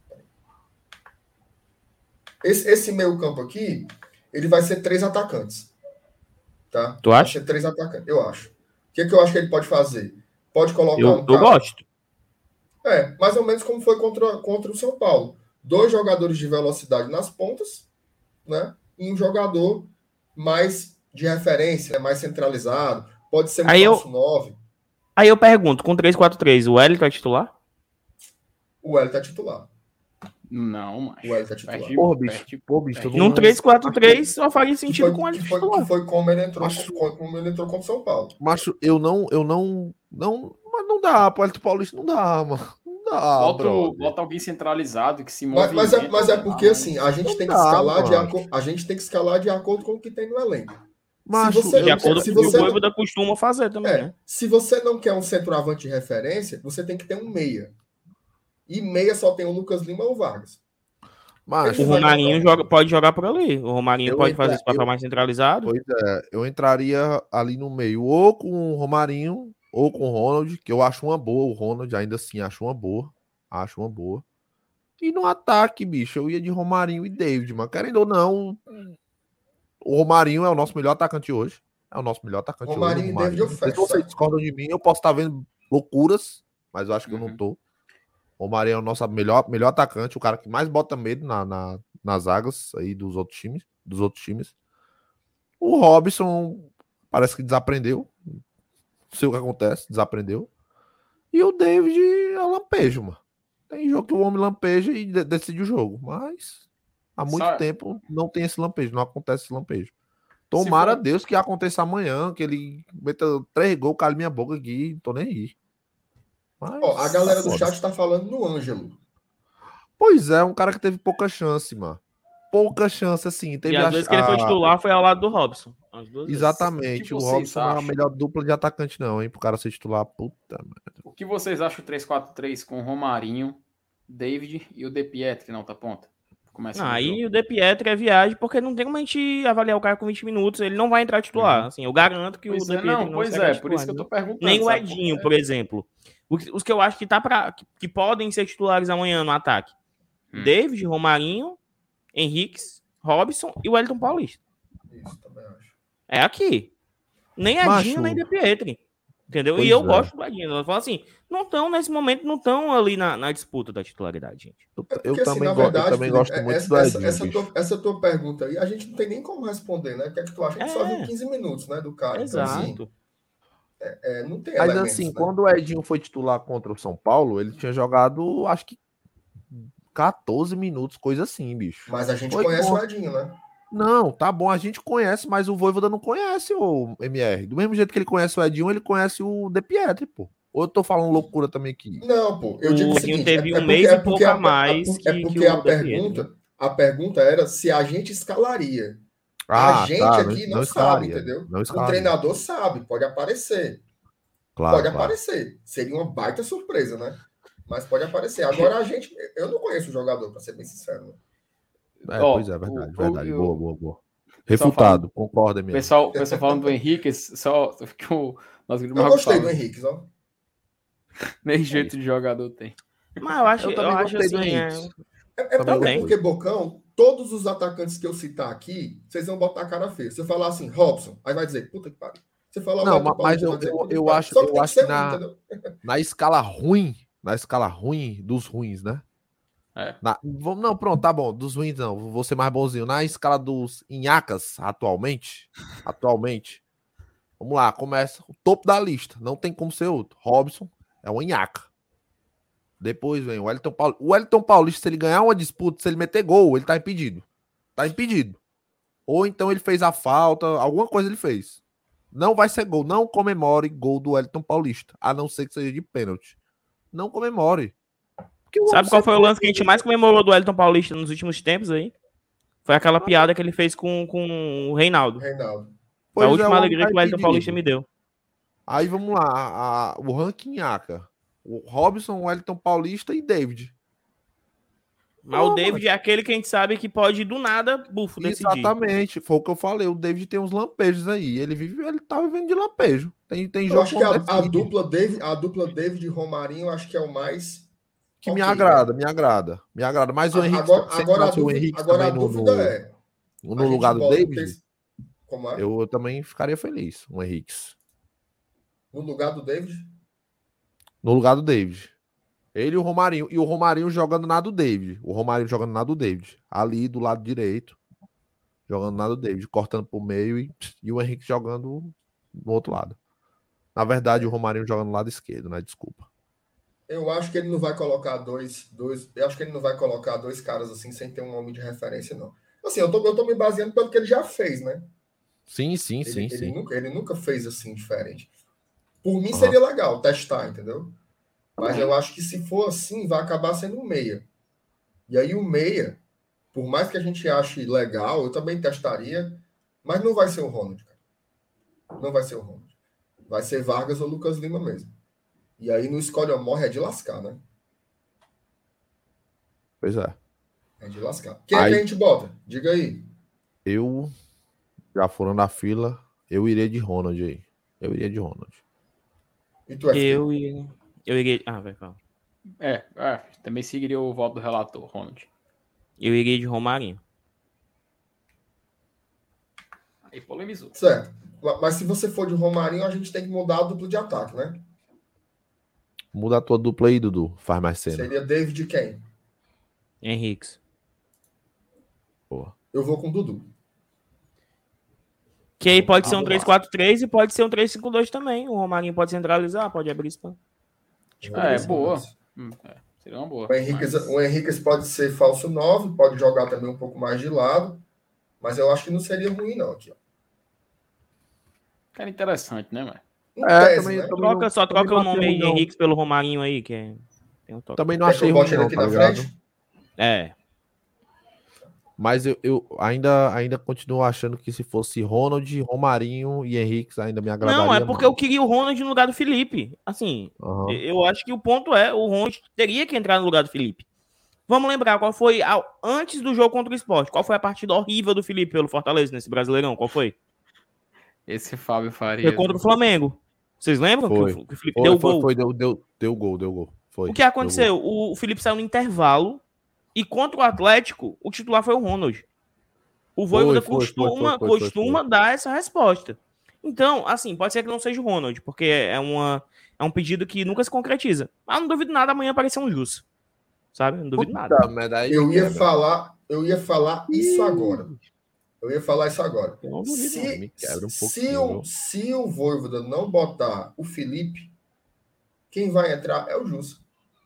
Esse, esse meio campo aqui, ele vai ser três atacantes. Tá? Tu acha? Vai ser três atacantes, eu acho. O que, é que eu acho que ele pode fazer? Pode colocar eu, um cara... Eu gosto. É, mais ou menos como foi contra, contra o São Paulo. Dois jogadores de velocidade nas pontas, né? E um jogador mais de referência, mais centralizado. Pode ser um aí falso eu, nove. Aí eu pergunto, com três quatro três, o Wellington é titular? O Wellington é titular. Não, macho. O Wellington é titular. Perde, Porra, bicho. perde, Pô, bicho, perde. Num três quatro três só faria sentido foi, com ele que foi, titular. que foi como ele entrou, Macho. como ele entrou contra o São Paulo. Macho, eu não, eu não, não, mas não dá, pô, Elton Paulista não dá, mano. Não dá, Bota, brother. bota alguém centralizado que se Mas, move. mas, é, mas é porque, assim, a gente Não tem que dá, escalar de mano. acordo, a gente tem que escalar de acordo com o que tem no elenco. Macho, se você, De eu- acordo se com o que o você não- Voivoda costuma fazer também, É, né? se você não quer um centroavante de referência, você tem que ter um meia. E meia só tem o Lucas Lima ou o Vargas. Mas O Romarinho joga, pode jogar por ali. O Romarinho Eu pode entra- fazer esse papel eu- mais centralizado. Pois é, eu entraria ali no meio, ou com o Romarinho, ou com o Ronald, que eu acho uma boa, o Ronald ainda assim acho uma boa, acho uma boa. E no ataque, bicho, eu ia de Romarinho e David, mas querendo ou não, o Romarinho é o nosso melhor atacante hoje, é o nosso melhor atacante Romarinho hoje. e David eu Se fecho, vocês sabe? discordam de mim, eu posso estar vendo loucuras, mas eu acho que eu Uhum. não tô. O Romarinho é o nosso melhor, melhor atacante, o cara que mais bota medo na, na, nas zagas aí dos outros times, dos outros times. O Robson parece que desaprendeu. Não sei o que acontece, desaprendeu. E o David é lampejo, mano. Tem jogo que o homem lampeja e de- decide o jogo. Mas há muito Sabe- tempo não tem esse lampejo, não acontece esse lampejo. Tomara for- a Deus que aconteça amanhã, que ele meta três gols, cale minha boca aqui, não tô nem aí. Mas, Ó, a galera do foda. chat tá falando no Ângelo. Pois é, um cara que teve pouca chance, mano. Pouca chance, assim. Teve E às a- vezes que ele foi a- titular foi ao lado do Robson. As duas vezes. Exatamente. O O que vocês Robson não é a acham? melhor dupla de atacante, não, hein? Pro cara ser titular. Puta, mano. O que vocês acham do três quatro três com o Romarinho, David e o De Pietri na outra ponta? Começa Não, no aí jogo. o De Pietri é viagem, porque não tem como a gente avaliar o cara com vinte minutos, ele não vai entrar titular. Uhum. Assim, eu garanto que Pois o De é, Pietri não, não pois será é, titular, por isso que eu tô né? perguntando. Nem o sabe? Edinho, Porque- por exemplo. Os, os que eu acho que, tá pra, que, que podem ser titulares amanhã no ataque. Hum. David, Romarinho, Henriques, Robson e o Wellington Paulista. Isso, também acho. É aqui. Nem Macho. Edinho, nem De Pietri. Entendeu? Pois e eu é. gosto do Edinho. Eu falo assim, não estão, nesse momento, não estão ali na, na disputa da titularidade, gente. Eu, É eu porque, assim, também, na go- eu verdade, também Felipe, gosto muito essa, do essa, Edinho, essa, bicho. tua, essa tua pergunta aí, a gente não tem nem como responder, né? O que é que tu acha? A gente só É. viu quinze minutos, né, do cara. Então, assim, Exato. é, não tem Mas elementos, assim, né? quando o Edinho foi titular contra o São Paulo, ele tinha jogado, acho que quatorze minutos, coisa assim, bicho. Mas a gente Foi conhece bom. o Edinho, né? Não, tá bom, a gente conhece, mas o Voivoda não conhece o M R. Do mesmo jeito que ele conhece o Edinho, ele conhece o De Pietri, pô. Ou eu tô falando loucura também aqui? Não, pô, eu O digo o Edinho seguinte, teve é, é um porque, mês é e porque pouco a, a mais é que- porque que a o De Pietri, pergunta, a pergunta era se a gente escalaria. Ah, a gente tá, aqui não, sabe, escalaria, entendeu? não O escalaria. treinador sabe, pode aparecer. Claro, pode claro. aparecer. Seria uma baita surpresa, né? Mas pode aparecer. Agora a gente, eu não conheço o jogador, para ser bem sincero. Né? É, Ó, pois é, verdade, o- verdade. o- boa, boa, boa. Pessoal Refutado, concorda, O mesmo. pessoal, o pessoal falando do Henrique, só que o nosso grupo Eu gostei do fala, Henrique, ó. nem jeito de jogador tem. Mas eu acho, Eu eu também acho gostei do assim, é, Henrique. É, é Também porque, gostei. porque, Bocão, todos os atacantes que eu citar aqui, vocês vão botar a cara feia. Se eu falar assim, Robson, aí vai dizer, puta que pariu. Você falar Não, o Wellington mas Paulista, eu- vai dizer, eu- puta que eu pariu. acho- Só que eu tem acho ser que um, na- entendeu? Na escala ruim, na escala ruim dos ruins, né? É. Na- vamos- não, pronto, tá bom. Dos ruins não, vou ser mais bonzinho. Na escala dos inhacas, atualmente, atualmente, vamos lá, começa o topo da lista. Não tem como ser outro. Robson é um inhaca. Depois vem o Wellington Paulista. O Wellington Paulista, se ele ganhar uma disputa, se ele meter gol, ele tá impedido. Tá impedido. Ou então ele fez a falta, alguma coisa ele fez. Não vai ser gol. Não comemore gol do Wellington Paulista, a não ser que seja de pênalti. Não comemore. Porque o sabe homem qual sempre- foi o lance que a gente mais comemorou do Wellington Paulista nos últimos tempos aí? Foi aquela piada que ele fez com, com o Reinaldo. Reinaldo. Pois a é, última o homem alegria tá que o Wellington impedido. Paulista me deu. Aí vamos lá, a- a- o ranking Aca. O Robson, o Wellington Paulista e David. Mas Pô, o David é aquele que a gente sabe que pode, do nada, bufo, decidir. Exatamente, foi o que eu falei. O David tem uns lampejos aí. Ele vive, ele tá vivendo de lampejo. Tem, tem Eu jogo acho que a, como a decide, dupla David, a dupla David e Romarinho, eu acho que é o mais. que me ok, agrada, me agrada, me agrada. Mas o Henrique, Agora, se agora, a entrasse o dúvida, Henrique agora a também no, dúvida no, é. no a gente lugar do bota o David, terce- Como é? eu também ficaria feliz. O Henrique. No lugar do David? No lugar do David. Ele e o Romarinho. E o Romarinho jogando na do David. O Romarinho jogando na do David. Ali do lado direito. Jogando na do David. Cortando pro meio e, e o Henrique jogando no outro lado. Na verdade, o Romarinho jogando no lado esquerdo, né? Desculpa. Eu acho que ele não vai colocar dois, dois. Eu acho que ele não vai colocar dois caras assim sem ter um nome de referência, não. Assim, eu tô, eu tô me baseando pelo que ele já fez, né? Sim, sim, Ele, sim, ele, sim. Nunca, ele nunca fez assim diferente. Por mim Aham. seria legal testar, entendeu? Mas eu acho que se for assim, vai acabar sendo um meia. E aí o meia, por mais que a gente ache legal, eu também testaria, mas não vai ser o Ronald, cara. Não vai ser o Ronald. Vai ser Vargas ou Lucas Lima mesmo. E aí no escolhe ou morre é de lascar, né? Pois é. É de lascar. Quem aí, é que a gente bota? Diga aí. Eu, já foram na fila, eu iria de Ronald aí. Eu iria de Ronald. E tu, F T? Eu iria... Eu iria... Ah, vai, fala. É, é, também seguiria o voto do relator, Ronald. Eu iria de Romarinho. Aí polemizou. Certo. Mas se você for de Romarinho, a gente tem que mudar a dupla de ataque, né? Muda a tua dupla aí, Dudu. Faz mais cena. Seria David e quem? Henrique. Porra. Eu vou com o Dudu. Que aí pode Ah, ser um três quatro três e pode ser um três cinco dois também. O Romarinho pode centralizar, pode abrir espaço. É, boa. Hum, é, seria uma boa. O Henrique, mas... o Henrique pode ser falso nove, pode jogar também um pouco mais de lado, mas eu acho que não seria ruim, não. Aqui, ó. Cara, interessante, né, mano? Em É, tese, também- né? também Troca, não- só também troca o não nome achei aí de ruim, não. Henrique pelo Romarinho aí, que é... Tem um toque. Também não Quer que achei eu ruim, bote ele não, aqui tá na ligado? frente? É. Mas eu, eu ainda, ainda continuo achando que se fosse Ronald, Romarinho e Henrique ainda me agradaria. Não, é porque mais. eu queria o Ronald no lugar do Felipe. Assim, Aham. eu acho que o ponto é, o Ronald teria que entrar no lugar do Felipe. Vamos lembrar qual foi, a- antes do jogo contra o Sport, qual foi a partida horrível do Felipe pelo Fortaleza nesse Brasileirão? Qual foi? Esse Fábio Faria. Foi contra o Flamengo. Vocês lembram que Foi. o, que o Felipe Foi, deu o foi, gol? foi, deu, deu, deu gol, deu gol. Foi, O que deu aconteceu? O, o Felipe saiu no intervalo e contra o Atlético, o titular foi o Ronald. O Voivoda foi, foi, costuma, foi, foi, foi, costuma dar essa resposta. Então, assim, pode ser que não seja o Ronald, porque é, uma, é um pedido que nunca se concretiza. Mas não duvido nada amanhã aparecer um Jusso. Sabe? Não duvido nada. Puta merda, aí Eu me ia quebra. falar, eu ia falar isso agora. Eu ia falar isso agora. Eu não duvido, não. Se, Me quebra um se, pouquinho, o, viu? se o Voivoda não botar o Felipe, quem vai entrar é o Jusso.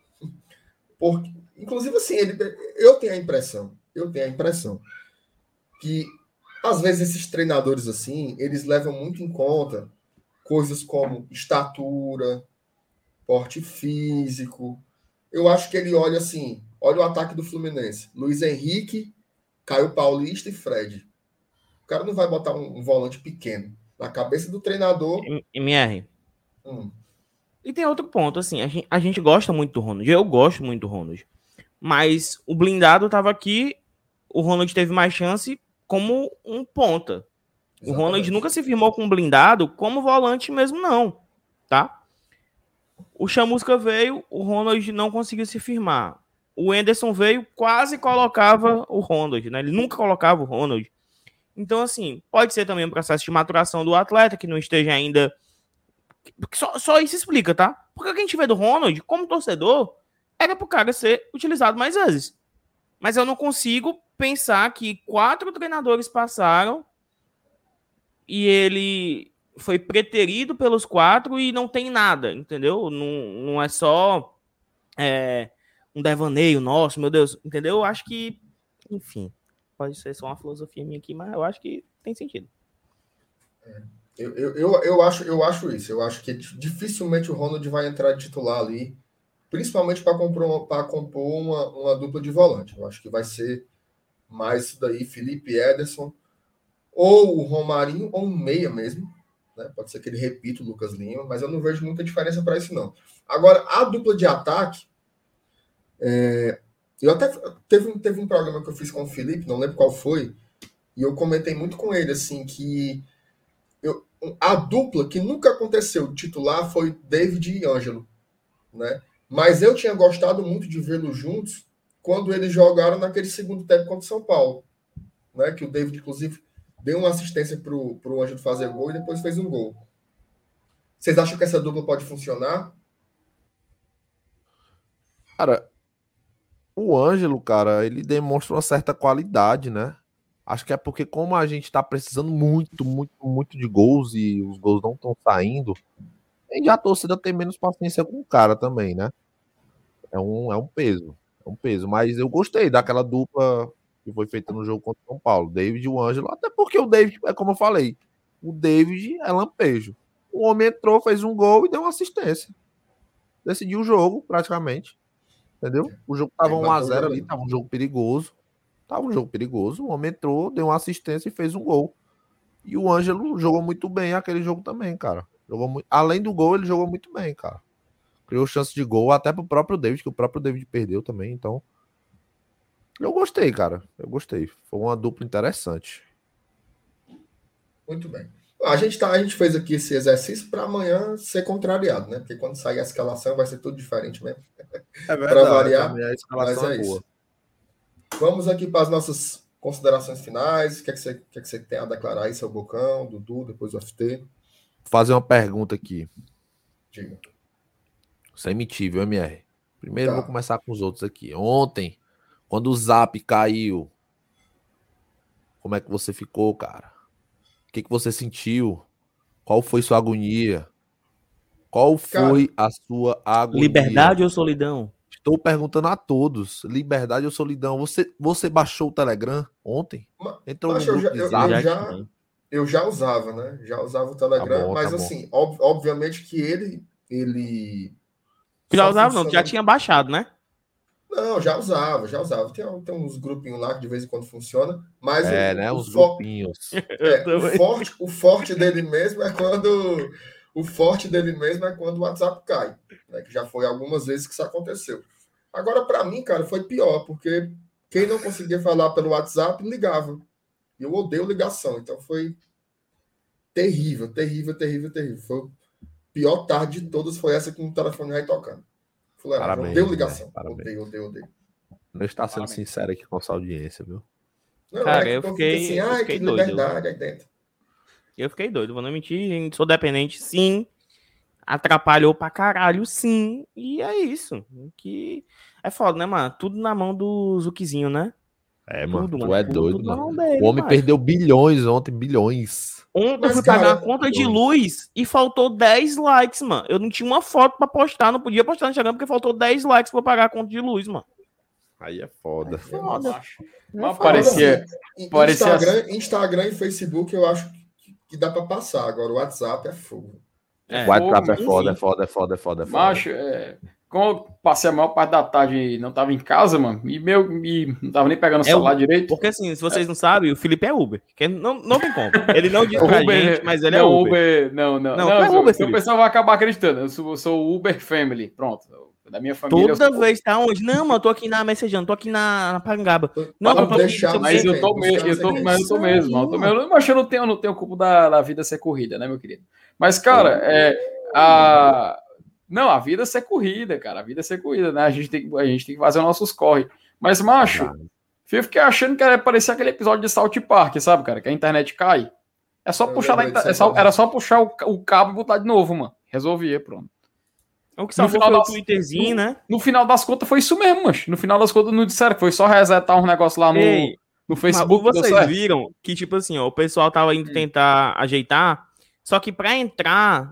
Porque, inclusive, assim, ele, eu tenho a impressão, eu tenho a impressão que, às vezes, esses treinadores, assim, eles levam muito em conta coisas como estatura, porte físico. Eu acho que ele olha assim, olha o ataque do Fluminense. Luiz Henrique, Caio Paulista e Fred. O cara não vai botar um, um volante pequeno. Na cabeça do treinador... M R. Hum, E tem outro ponto, assim, a gente, a gente gosta muito do Ronald. Eu gosto muito do Ronald. Mas o blindado tava aqui, o Ronald teve mais chance como um ponta. O exatamente. Ronald nunca se firmou com um blindado como volante mesmo, não. Tá? O Chamusca veio, o Ronald não conseguiu se firmar. O Anderson veio, quase colocava o Ronald, né? Ele nunca colocava o Ronald. Então, assim, pode ser também um processo de maturação do atleta, que não esteja ainda... Só, só isso explica, tá? Porque o que a gente vê do Ronald, como torcedor, era pro cara ser utilizado mais vezes. Mas eu não consigo pensar que quatro treinadores passaram e ele foi preterido pelos quatro e não tem nada, entendeu? Não, não é só é, um devaneio nosso, meu Deus, entendeu? Eu acho que, enfim, pode ser só uma filosofia minha aqui, mas eu acho que tem sentido. Eu, eu, eu, eu, acho, eu acho isso. Eu acho que dificilmente o Ronald vai entrar de titular ali, principalmente para compor, para compor uma, uma dupla de volante. Eu acho que vai ser mais isso daí, Felipe Ederson, ou o Romarinho, ou um meia mesmo. Né? Pode ser que ele repita o Lucas Lima, mas eu não vejo muita diferença para isso, não. Agora, a dupla de ataque, é, eu até teve, teve um programa que eu fiz com o Felipe, não lembro qual foi, e eu comentei muito com ele, assim, que eu, a dupla que nunca aconteceu de titular foi David e Ângelo, né? Mas eu tinha gostado muito de vê-los juntos quando eles jogaram naquele segundo tempo contra o São Paulo, né? Que o David, inclusive, deu uma assistência para o Ângelo fazer gol e depois fez um gol. Vocês acham que essa dupla pode funcionar? Cara, o Ângelo, cara, ele demonstra uma certa qualidade, né? Acho que é porque como a gente tá precisando muito, muito, muito de gols e os gols não estão saindo, e a torcida tem menos paciência com o cara também, né? É um, é um peso, é um peso. Mas eu gostei daquela dupla que foi feita no jogo contra o São Paulo, David e o Ângelo, até porque o David, é como eu falei, o David é lampejo. O homem entrou, fez um gol e deu uma assistência. Decidiu o jogo, praticamente. Entendeu? O jogo tava um a zero ali, tava um jogo perigoso. Tava um jogo perigoso. O homem entrou, deu uma assistência e fez um gol. E o Ângelo jogou muito bem aquele jogo também, cara. Jogou muito... Além do gol, ele jogou muito bem, cara. Criou chance de gol até pro próprio David, que o próprio David perdeu também. Então, Eu gostei, cara. Eu gostei. Foi uma dupla interessante. Muito bem. A gente, tá, a gente fez aqui esse exercício para amanhã ser contrariado, né? Porque quando sair a escalação vai ser tudo diferente mesmo. É Para variar, a escalação mas é, é boa. isso. Vamos aqui para as nossas considerações finais. O que é que você, o que é que você tem a declarar aí, seu Bocão, Dudu, depois o F T? Vou fazer uma pergunta aqui. Diga. Sem mentir, viu, M R? Primeiro Tá. vou começar com os outros aqui. Ontem, quando o Zap caiu, como é que você ficou, cara? O que, que você sentiu? Qual foi sua agonia? Qual foi a sua agonia? Liberdade ou solidão? Estou perguntando a todos. Liberdade ou solidão? Você, você baixou o Telegram ontem? Ma- Entrou Mas no eu, já, grupo de eu, Zap? eu Já já, tinha. eu já usava, né? Já usava o Telegram, Tá bom, mas tá bom. assim, ob- obviamente que ele. ele Já só usava, não, funciona- já tinha baixado, né? Não, já usava, já usava. Tem, tem uns grupinhos lá que de vez em quando funciona, mas É, o, né? o Os fo- grupinhos. é, o, forte, o forte dele mesmo é quando o forte dele mesmo é quando o WhatsApp cai, né? Que já foi algumas vezes que isso aconteceu. Agora, para mim, cara, foi pior, porque quem não conseguia falar pelo WhatsApp ligava. E eu odeio ligação, então foi terrível, terrível, terrível, terrível. Foi a pior tarde de todas, foi essa com o telefone aí tocando. Falei, ah, Parabéns, odeio né? ligação. Parabéns. Odeio, odeio, odeio. Não está sendo Parabéns. sincero aqui com a sua audiência, viu? Não, Cara, é que eu o povo fiquei- fica eu assim, ai, fiquei que doido. liberdade aí dentro. Eu fiquei doido, vou não mentir, sou dependente, sim. Atrapalhou pra caralho, sim. E é isso. Que é foda, né, mano? Tudo na mão do Zukizinho, né? É, mano. Tudo, Tu mano. é Tudo, doido, tudo na mano. mão dele, O homem macho. perdeu bilhões ontem, bilhões. Ontem eu Mas, fui cara, pagar a conta de dois. luz e faltou dez likes, mano. Eu não tinha uma foto pra postar, não podia postar no Instagram porque faltou dez likes pra eu pagar a conta de luz, mano. Aí é foda. Foda. Macho. Mas foda. parecia. Assim, parecia Instagram, Instagram e Facebook eu acho que, que dá pra passar. Agora o WhatsApp é fogo. É. O WhatsApp é Fogo, foda, é enfim. foda, é foda, é foda, é foda. Macho, é, como eu passei a maior parte da tarde e não tava em casa, mano, e meu, e não tava nem pegando o É celular o- direito. Porque assim, se vocês não sabem, o Felipe é Uber. Que não, não tem como. Ele não diz pra gente, mas ele é não, Uber. Não, não, Não, não. tu é não Uber, o Felipe. pessoal vai acabar acreditando. Eu sou, eu sou o Uber Family. Pronto. Da minha família. Toda eu sou... vez tá onde? Não, mano, eu tô aqui na Messejana, tô aqui na, na Parangaba. Não, Pra eu tô deixar aqui, Mas você eu tô ver, mesmo, eu buscar tô, você mas eu tô Isso mesmo, aí, eu tô mesmo. Mas eu não tenho, não tenho culpa da, da vida ser corrida, né, meu querido? Mas, cara, é. A... Não, a vida ser corrida, cara. A vida ser corrida, né? A gente tem, que- a gente tem que fazer os nossos corre. Mas, macho, eu fiquei achando que era parecer aquele episódio de South Park, sabe, cara? Que a internet cai. É só Eu puxar na lembrei inter... disso é só- agora. Era só puxar o, o cabo e botar de novo, mano. Resolvia, pronto. O que No salvou final foi o das- Twitterzinho, né? No final das contas foi isso mesmo, macho. No final das contas não disseram que foi só resetar um negócio lá no, Ei, no Mas Facebook. que deu vocês certo. viram que, tipo assim, ó, o pessoal tava indo Hum. tentar ajeitar, só que pra entrar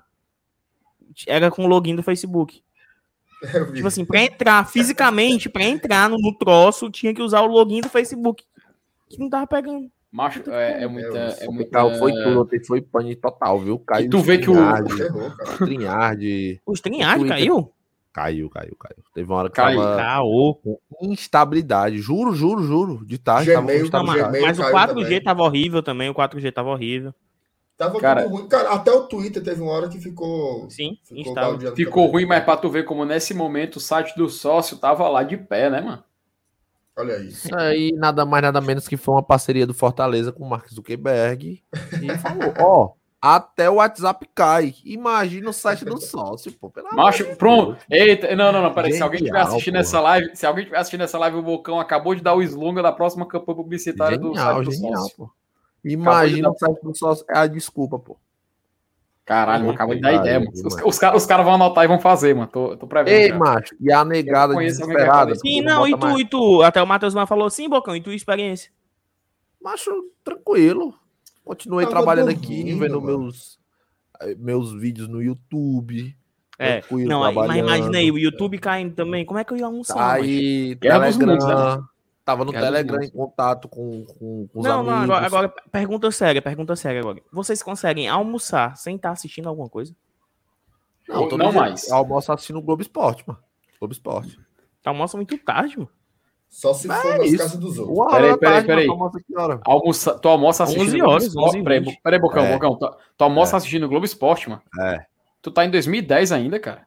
era com o login do Facebook. Eu vi. Tipo assim, pra entrar fisicamente, pra entrar no, no troço, tinha que usar o login do Facebook. Que não tava pegando. Macho, é, é muita. Deus. É O muita... carro foi tudo, ontem foi pane total, viu? Caiu tu vê que o- Ferrou, cara. Trinhard, O StreamYard Twitter- caiu? caiu, caiu, caiu. Teve uma hora que Caiu. tava Caô. com instabilidade, juro, juro, juro, de tarde tava com Gmail, Não, instabilidade. mas, Gmail mas o caiu quatro G também. tava horrível também, o quatro G tava horrível. Tava Cara- tudo ruim. Cara, até o Twitter teve uma hora que ficou. Sim, ficou instável. baldeando Ficou também. ruim, mas pra tu ver como nesse momento o site do sócio tava lá de pé, né, mano? Olha aí. Isso aí, nada mais, nada menos que foi uma parceria do Fortaleza com o Mark Zuckerberg. E falou, ó, até o WhatsApp cai. Imagina o site do sócio, pô. Pelo amor Macho, de pronto. Deus. Eita, não, não, não, peraí. Se alguém estiver Genial, assistindo porra. essa live, se alguém estiver assistindo essa live, o Bocão acabou de dar o slogan da próxima campanha publicitária do Genial, site do genial, sócio. pô. Imagina Acabou o site do sócio. É a desculpa, pô. Caralho, mano, acabou de dar Valeu, ideia, mano. Os, mano. os, caras- os caras vão anotar e vão fazer, mano. Tô, tô prevendo. Ei, já. macho, e a negada Eu conheço alguém que desesperada. vai fazer Sim, que não, e bota tu, mais- e tu? Até o Matheus Mar falou, sim, Bocão, e tu experiência? Macho, tranquilo. Continuei Tava trabalhando dormindo, aqui, vendo mano. meus, eh, meus vídeos no YouTube. É, Tranquilo, não, aí- mas trabalhando. imagina aí, o YouTube caindo também, como é que eu ia almoçar, Tá macho? aí, Guerra dos Telegram. Mundos, né, mano? Tava no Guerra dos Telegram em Mundos. contato com, com, com os Não, amigos. não, agora, agora, pergunta séria, pergunta séria agora. Vocês conseguem almoçar sem estar assistindo alguma coisa? Não, todo Não dia mais. eu almoço assistindo o Globo Esporte, mano. Globo Esporte. Tu almoça muito tarde, mano. Só se for É nas isso. casas dos outros. Uma Peraí, hora da peraí, tarde, peraí. mano, almoço aqui, hora. Almoça, tu almoça assistindo onze Globo horas, Esporte? onze e Peraí, vinte. peraí, Bocão, É. Bocão. Tu, tu almoça assistindo Globo Esporte, mano. É. Tu tá em dois mil e dez ainda, cara.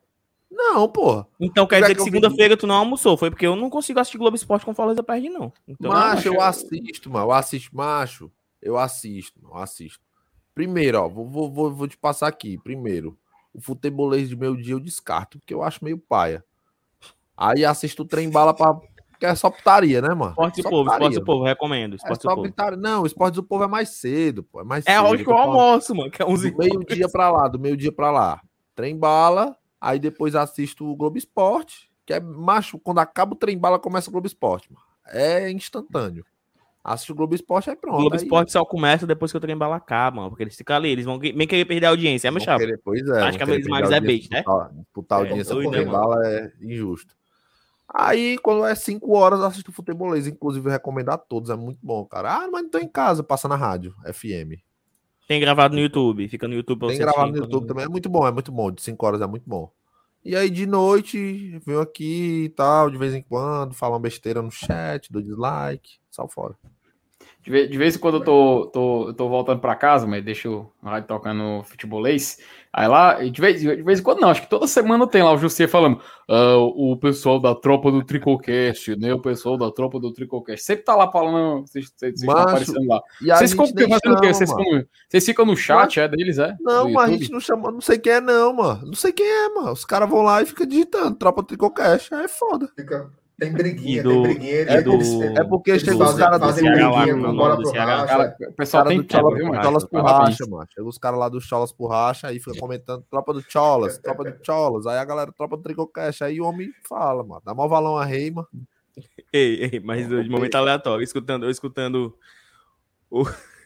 Não, porra. Então quer Como é dizer que que eu segunda-feira tu não almoçou. Foi porque eu não consigo assistir Globo Esporte com Fortaleza perde, não. Então, macho, eu eu assisto, mano. Eu assisto, macho. Eu assisto, mano. Eu assisto. Primeiro, ó, vou, vou, vou, vou te passar aqui. Primeiro, o futebolês de meio dia eu descarto, porque eu acho meio paia. Aí assisto o trem bala pra. Que é só putaria, né, mano? Esporte do Só Povo, putaria, Esporte do Povo, recomendo. É Esporte só do Povo. putaria. Não, o esporte do povo é mais cedo, pô. É mais É cedo. hoje que eu almoço, mano. Que é onze Do meio-dia pra lá, do meio-dia pra lá. Trem bala, aí depois assisto o Globo Esporte, que é macho, quando acaba o trem bala, começa o Globo Esporte, mano. É instantâneo. Assisto o Globo Esporte, aí pronto. O Globo aí... Esporte só começa depois que o trem bala acaba, mano. Porque eles ficam ali, eles vão bem querer perder a audiência, é, meu chapa? Querer, pois é. Acho que a Vez mais é bait, né? Disputar a É, audiência doido, com trem né, bala é injusto. Aí, quando é cinco horas, eu assisto futebolês. Inclusive, eu recomendo a todos, é muito bom, cara. Ah, mas não tô em casa, passa na rádio, F M. Tem gravado no YouTube, fica no YouTube pra Tem você gravado assistir no YouTube também, é muito bom, é muito bom. De cinco horas é muito bom. E aí, de noite, venho aqui e tal, de vez em quando, falo uma besteira no chat, dou dislike, sal fora. De vez, de vez em quando eu tô, tô, eu tô voltando pra casa, mas deixo a rádio tocando futebolês. Aí lá, de vez, de vez em quando não, acho que toda semana tem lá o José falando ah, o pessoal da tropa do Tricocast, né? O pessoal da tropa do Tricocast. Sempre tá lá falando, vocês, vocês estão aparecendo lá. E a Vocês gente ficam nem fazendo o quê? chama, Vocês mano. ficam, vocês ficam no chat, Mas- é deles, é? Não, Do mas a YouTube? gente não chama, não sei quem é não, mano. Não sei quem é, mano. Os caras vão lá e ficam digitando, tropa Tricocast, é foda. Fica... Tem briguinha, E do- tem briguinha. e Eles, do- eles, É porque eles chega os fazem, caras do fazem Ceará lá, briguinha como é com o bola nome do pro Ceará? racha. Cara, o pessoal Cara tem do tempo, Cholas, viu, macho? Cholas por Parabéns. racha, mano. Chega os caras lá do Cholas por racha, aí fica comentando tropa do Cholas, tropa do Cholas. Aí a galera, tropa do Tricocast. Aí o homem fala, mano. Dá mó valão a rei, mano. Ei, ei, mas de momento aleatório, escutando, eu escutando o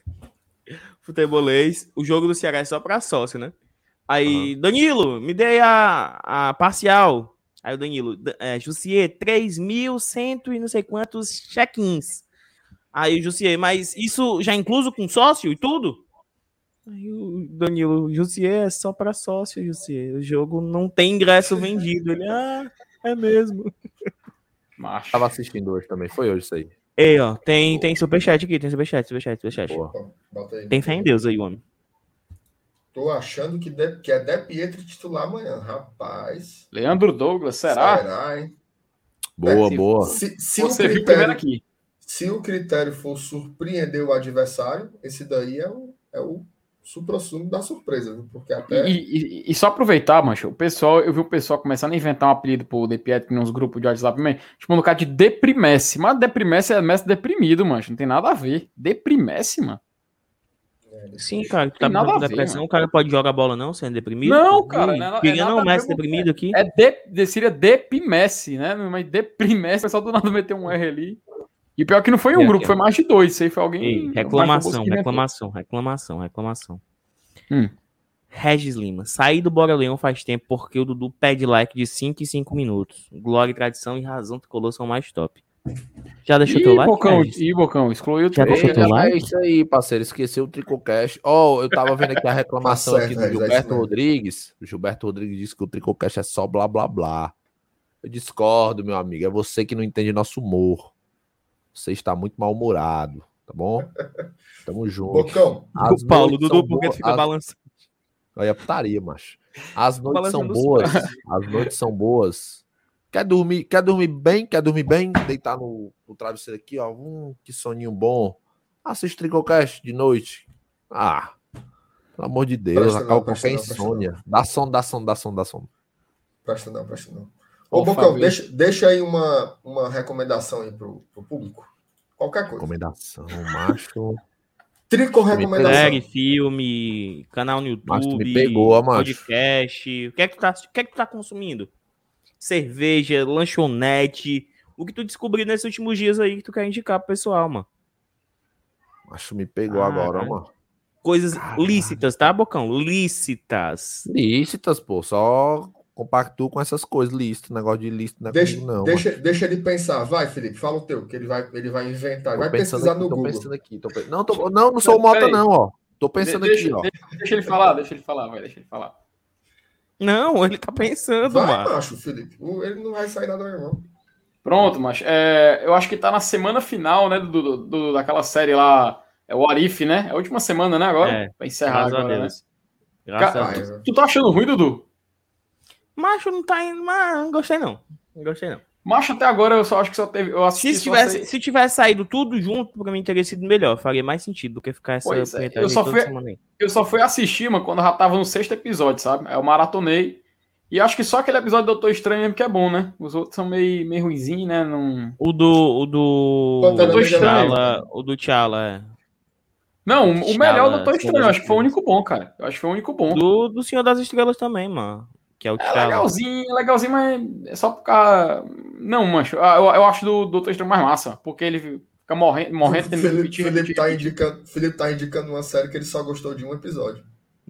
futebolês, o jogo do Ceará é só pra sócio, né? Aí, Danilo, me dê a, a parcial. Aí o Danilo, é, Jussier, três mil cento e não sei quantos check-ins. Aí o Jussier, mas isso já é incluso com sócio e tudo? Aí o Danilo, Jussier é só pra sócio, Jussier. O jogo não tem ingresso vendido. Ele, ah, é mesmo. Macho. Tava assistindo hoje também. Foi hoje isso aí. Ei, ó, tem, tem superchat aqui, tem superchat, superchat, superchat. Boa. Bota aí. Tem fé em Deus aí, homem. Tô achando que, de, que é De Pietri titular amanhã. Rapaz. Leandro Douglas, será? Será, hein? Boa, É, boa. Se, se, o Você viu primeiro critério, aqui. se o critério for surpreender o adversário, esse daí é o, é o supra-sumo da surpresa, viu? Porque até. E, e- e só aproveitar, mancho, o pessoal, eu vi o pessoal começando a inventar um apelido pro De Pietri nos grupos de WhatsApp, mas, tipo, no caso de Deprimesse. Mas Deprimesse é mestre deprimido, mancho, não tem nada a ver. Deprimesse, mano. Sim, cara, tu Tem tá nada com a ver, depressão, mano. o cara pode jogar bola não, sendo deprimido? Não, cara, Ih, não é- é Queria nada não, a mestre ver, deprimido aqui. É de, seria Depimesse, né? Mas Deprimesse, o pessoal do nada meteu um R ali. E pior que não foi um É, grupo, é. foi mais de dois. Isso aí foi alguém. Ei, o Marco reclamação, Bosco inventou. reclamação, reclamação, reclamação. Hum. Regis Lima, saí do Bora Leão faz tempo porque o Dudu pede like de cinco em cinco minutos. Glória, tradição e razão tricolor são mais top. Já deixou teu Ih, like, Bocão, Regis? ih, Bocão, excluiu o Já teu. deixou teu É like? isso aí, parceiro. Esqueceu o Tricocast. Ó, eu tava vendo aqui a reclamação Tá certo, aqui do Regis, é isso Gilberto mesmo. Rodrigues. O Gilberto Rodrigues disse que o Tricocast é só blá blá blá. Eu discordo, meu amigo. É você que não entende nosso humor. Você está muito mal-humorado, tá bom? Tamo junto. Bocão, As O Paulo, noites Dudu, são por que tu boas- fica as- balançando? Aí é putaria, macho. As noites são balançando os boas. As noites são boas. Quer dormir, quer dormir bem? Quer dormir bem? Deitar no, no travesseiro aqui, ó. Hum, que soninho bom. Assiste Tricocast de noite. Ah, pelo amor de Deus, Presta acaba não, com presta qualquer não, presta insônia. Dá sono, dá sono, dá sono, dá sono. presta não, presta não. Ô, Ô, Bocão, Fabio. deixa, deixa aí uma, uma recomendação aí pro, pro público. Qualquer coisa. Recomendação, macho. Trico recomendação. Série, filme, canal no YouTube, Mas tu me pegou, ó, macho. podcast. O que é que tu tá, o que é que tu tá consumindo? Cerveja, lanchonete. O que tu descobriu nesses últimos dias aí que tu quer indicar pro pessoal, mano? Macho me pegou Ah, agora, ó, cara. mano. Coisas Caralho. lícitas, tá, Bocão? Lícitas. Lícitas, pô. Só compactuo com essas coisas lícitas. Negócio de lícito não é Deixa, comigo, não. deixa, deixa ele pensar. Vai, Felipe, fala o teu, que ele vai, ele vai inventar. Tô Vai pensando pesquisar aqui, no tô Google. pensando aqui. Tô pe- Não, tô- não, não sou o Não, Mota, peraí. não, ó. Tô pensando deixa, aqui, ó. deixa, deixa ele falar, deixa ele falar, vai, deixa ele falar. Não, ele tá pensando, Vai, mano. macho, Felipe. O- Ele não vai sair nada, não. Pronto, mas é, eu acho que tá na semana final, né, do, do- do- daquela série lá, é o Arif, né? É a última semana, né, agora? É, Pra encerrar Graças a agora, né? Deus. Graças Cara, a Deus. Vai, Tu tá achando ruim, Dudu? Macho não tá indo, mas não gostei não. Não gostei não. Macho, até agora eu só acho que só teve. Eu assisti Se só tivesse, seis- se tivesse saído tudo junto, pra mim teria sido melhor. Faria mais sentido do que ficar essa Pois é, punhetagem eu só toda fui- semana aí. Eu só fui assistir, mano, quando eu já tava no sexto episódio, sabe? Aí eu maratonei. E acho que só aquele episódio do Doutor Estranho mesmo que é bom, né? Os outros são meio, meio ruinzinhos, né? Não... O do. O do. Pantera Negra T'Challa, o do T'Challa, é. Não, o T'Challa, melhor do Doutor Senhor Estranho. das Eu acho que foi o Estrelas. único bom, cara. Eu acho que foi o único bom. Do, do Senhor das Estrelas também, mano. Que é o É T'Challa. legalzinho, legalzinho, mas é só por causa. Não, mancho. ah, Eu, eu acho do Doutor Estranho mais massa. Porque ele fica morrendo, morrendo tendo que Felipe, repetir, Felipe, repetir, tá repetir. indicando, Felipe tá indicando uma série que ele só gostou de um episódio.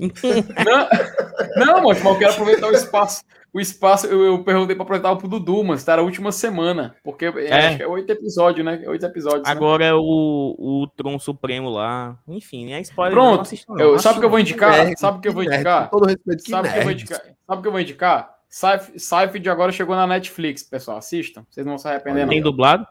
Não, não, mancho, mas eu quero aproveitar o espaço. O espaço, eu, eu perguntei pra aproveitar pro Dudu, mas tá era a última semana. Porque é. É. acho que é oito episódios, né? Oito episódios. né? Agora é o, o Tron Supremo lá. Enfim, é spoiler. não Pronto. assistam não. Eu, Não sabe o que eu vou assistam indicar? nerd, Sabe o que eu vou que nerd, indicar? com todo respeito, que Sabe o que eu vou nerd. indicar? Sabe o que eu vou indicar? Sci- Sci-Fi agora chegou na Netflix, pessoal. Assistam. Vocês não vão se arrepender, não. Tem não. dublado?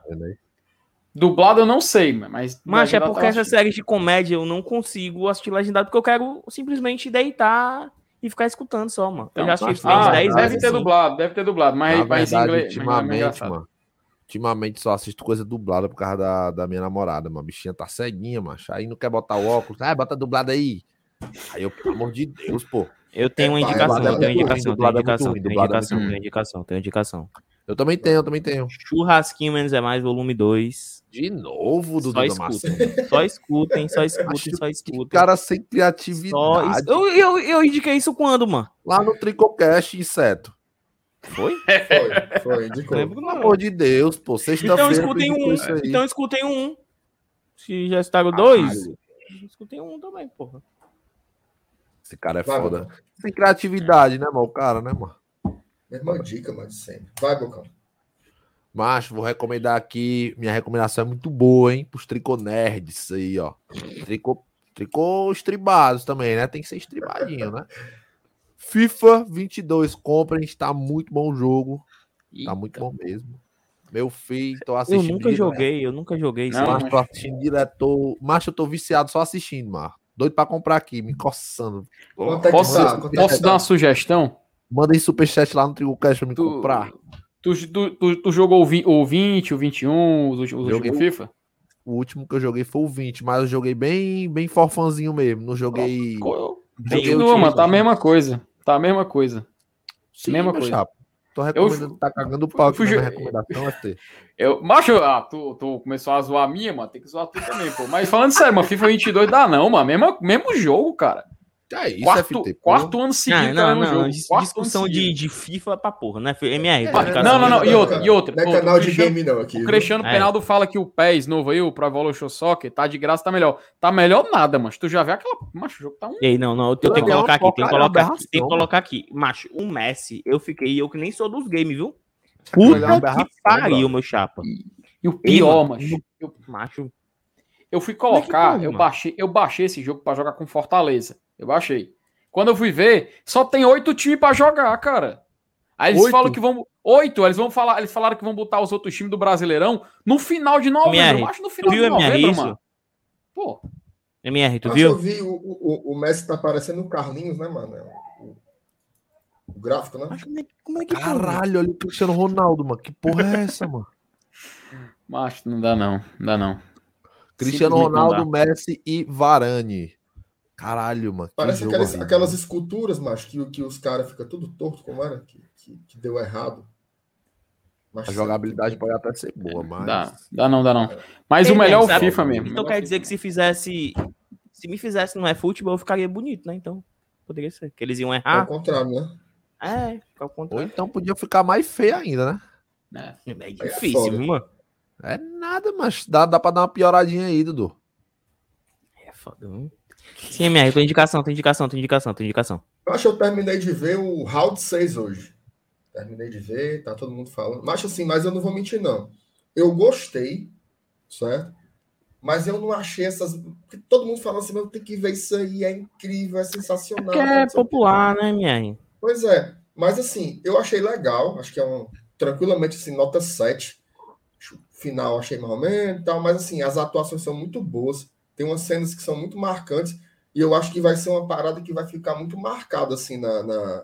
Dublado eu não sei, mas. Mas é legendado porque eu essas assisti. séries de comédia eu não consigo assistir legendado porque eu quero simplesmente deitar e ficar escutando só, mano. Eu já assisti Ah, uns dez deve vezes. ter assim. dublado, deve ter dublado. Mas, Na mas em verdade, inglês. mas é ultimamente, engraçado. mano. Ultimamente só assisto coisa dublada por causa da, da minha namorada, mano. A bichinha tá ceguinha, macho. Aí não quer botar o óculos. Ah, bota dublada aí. Aí eu, pelo amor de Deus, pô. Eu tenho uma É, indicação, dublado é eu tenho muito ruim, indicação, tenho dublado é muito indicação, ruim, tenho dublado é indicação, muito tenho indicação, tenho indicação. Eu também tenho, eu também tenho. Churrasquinho Menos é Mais, volume dois. De novo, Dudu Só da escutem, Massa. só escutem, só escutem, Acho só que escutem. cara sem Só criatividade. isso. Eu, eu, eu indiquei isso quando, mano? Lá no Tricocast, inseto. Foi? Foi, foi, indicou. Lembro Pelo não. amor de Deus, pô. Então Sexta-feira. escutem tu indicou um. isso aí. Então escutem um. Se já estaram dois, escutem um também, porra. Esse cara é Vai, foda. Bocão. Sem criatividade, né, mano? O cara, né, mano? Mesma dica, mano, de sempre. Vai, Bocão. Macho, vou recomendar aqui. Minha recomendação é muito boa, hein? Pros triconerds aí, ó. Tricô, tricô estribados também, né? Tem que ser estribadinho, né? FIFA vinte e dois, comprem. Está muito bom o jogo. Tá muito bom mesmo. Meu filho, tô Eu assistindo. nunca direto. joguei, eu nunca joguei isso. Não, aí. Macho, tô assistindo direto. Tô... Macho, eu tô viciado só assistindo, mano. Doido pra comprar aqui, me coçando. Quanto é que Posso, tá? Quanto é posso que dar tá? uma sugestão? Mandem superchat lá no Tricocast pra me Tu, comprar. tu, tu, tu, tu jogou o vi- o vinte, o vinte e um, os últimos os Joguei últimos FIFA? O último que eu joguei foi o vinte, mas eu joguei bem, bem forfãzinho mesmo. Não joguei. Joguei Continua, o mano, time. tá a mesma coisa. Tá a mesma coisa. Sim, mesma meu coisa. chapa. Tô recomendando, tá cagando o pau aqui fui- na minha recomendação, F T. Eu, macho, ah, tu, tu começou a zoar a minha, mano, tem que zoar tu também, pô. Mas falando sério, mano, FIFA vinte e dois dá não, mano. Mesmo, mesmo jogo, cara. É isso, quarto, F T. pô. quarto ano seguido, Não, tá não, mesmo não. jogo. dis- Quarto Discussão ano de, seguido. de FIFA pra porra, né? M R, É, indicação. Não, não, não. E outra, e outra. Não é Ô, canal o de Cristiano- game, não, aqui. O viu? Cristiano É. Penaldo fala que o P E S novo aí, o Pro Evolution Soccer, tá de graça, tá melhor. Tá melhor nada, mas tu já vê aquela. Macho, o jogo tá um. E aí, não, não, eu tenho, eu tenho que É uma colocar aqui, tem que porcaria, colocar uma aqui, tem que aberração, colocar aqui. Macho, o Messi, eu fiquei, eu que nem sou dos games, viu? Aquilo ali é uma Puta que aberração, pariu, brother. meu chapa. E o pior, Ei, macho. Eu, Macho, eu fui Como é que colocar, pode, eu mano? baixei, eu baixei esse jogo pra jogar com Fortaleza. Eu baixei. Quando eu fui ver, só tem oito times pra jogar, cara. Aí eles Oito? falam que vão. Oito, eles vão falar, eles falaram que vão botar os outros times do Brasileirão no final de novembro. M R, Eu acho no final tu de viu, M R, novembro, isso? mano. Pô, M R, tu Acho que eu viu? vi o, o, o Messi tá parecendo o Carlinhos, né, mano? O, o gráfico, né? Macho, como é, como é que pode? Caralho, olha o Cristiano Ronaldo, mano. Que porra é essa, mano? macho, não dá não, não dá não. Cristiano Simplesmente não Ronaldo, Messi e Varane. Caralho, mano. que Parece jogo aquelas, horrível. aquelas esculturas, macho, que, que os caras ficam tudo torto, como era? Que, que, que deu errado. Macho, A jogabilidade pode até ser boa, mas. Dá, dá não, dá não. Mas Ei, o melhor é o sabe? FIFA mesmo. Então quer dizer que se fizesse. Se me fizesse no eFootball, eu ficaria bonito, né? Então, poderia ser. Que eles iam É errar. o contrário, né? É, ficar ao Ou contrário. então podia ficar mais feio ainda, né? É. É é difícil, foda. viu, mano? É nada, mas dá, dá pra dar uma pioradinha aí, Dudu. É foda, viu? Sim, M R, tem indicação, tem indicação, tem indicação, tem indicação. Eu acho que eu terminei de ver o Round seis hoje. Terminei de ver, tá todo mundo falando. Mas assim, mas eu não vou mentir, não. Eu gostei, certo? Mas eu não achei essas. Porque todo mundo fala assim, mas eu tenho que ver isso aí, é incrível, é sensacional. Porque é não sei o quê. popular, né, M R? Pois é, mas assim, eu achei legal, acho que é um, tranquilamente assim, nota sete. Acho- Final achei mais ou menos e tal, mas assim, as atuações são muito boas, tem umas cenas que são muito marcantes, e eu acho que vai ser uma parada que vai ficar muito marcada assim na, na,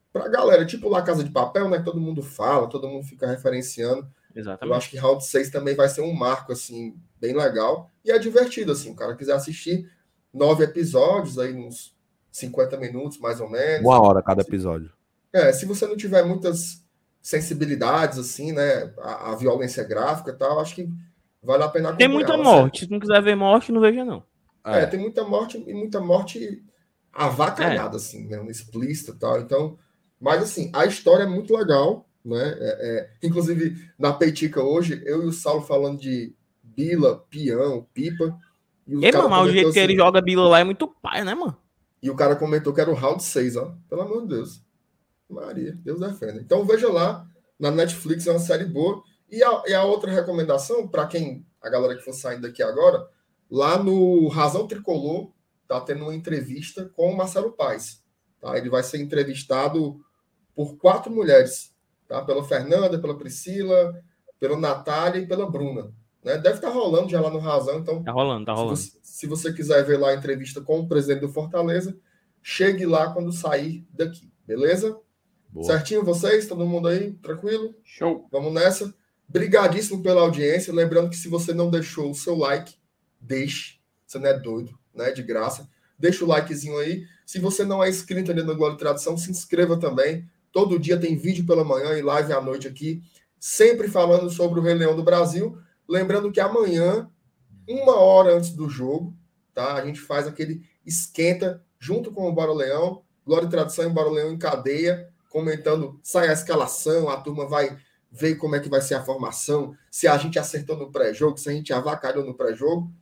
pra galera, tipo La Casa de Papel, né? Todo mundo fala, todo mundo fica referenciando. Exatamente. Eu acho que Round seis também vai ser um marco, assim, bem legal. E é divertido, assim. O cara quiser assistir nove episódios, aí uns cinquenta minutos, mais ou menos. Uma hora cada episódio. É, se você não tiver muitas sensibilidades, assim, né? A, a violência gráfica e tal, acho que vale a pena acompanhar. Tem muita morte. Se não quiser ver morte, não veja, não. É, é, tem muita morte e muita morte avacalhada, é. assim, né? Explícita e tal. Então, mas assim, a história é muito legal, né? É, é, inclusive, na Peitica hoje, eu e o Saulo falando de Bila, Peão, Pipa. E o, Ei, mano, o jeito assim, que ele joga Bila lá é muito pai, né, mano? E o cara comentou que era o round seis, ó. Pelo amor de Deus. Maria, Deus defenda. Então veja lá, na Netflix é uma série boa. E a, e a outra recomendação, para quem, a galera que for saindo daqui agora, lá no Razão Tricolor, tá tendo uma entrevista com o Marcelo Paes. Tá? Ele vai ser entrevistado por quatro mulheres, tá? Pela Fernanda, pela Priscila, pela Natália e pela Bruna. Né? Deve estar rolando já lá no Razão, então. Tá rolando, tá rolando. Se você, se você quiser ver lá a entrevista com o presidente do Fortaleza, chegue lá quando sair daqui, beleza? Boa. Certinho vocês? Todo mundo aí? Tranquilo? Show. Vamos nessa. Brigadíssimo pela audiência. Lembrando que se você não deixou o seu like, deixe. Você não é doido, né? De graça. Deixa o likezinho aí. Se você não é inscrito ainda no Glória e Tradição, se inscreva também. Todo dia tem vídeo pela manhã e live à noite aqui. Sempre falando sobre o Rei Leão do Brasil. Lembrando que amanhã, uma hora antes do jogo, tá? A gente faz aquele esquenta junto com o Bora Leão. Glória e Tradição e Bora Leão em cadeia. Comentando, sai a escalação, a turma vai ver como é que vai ser a formação, se a gente acertou no pré-jogo, se a gente avacalhou no pré-jogo.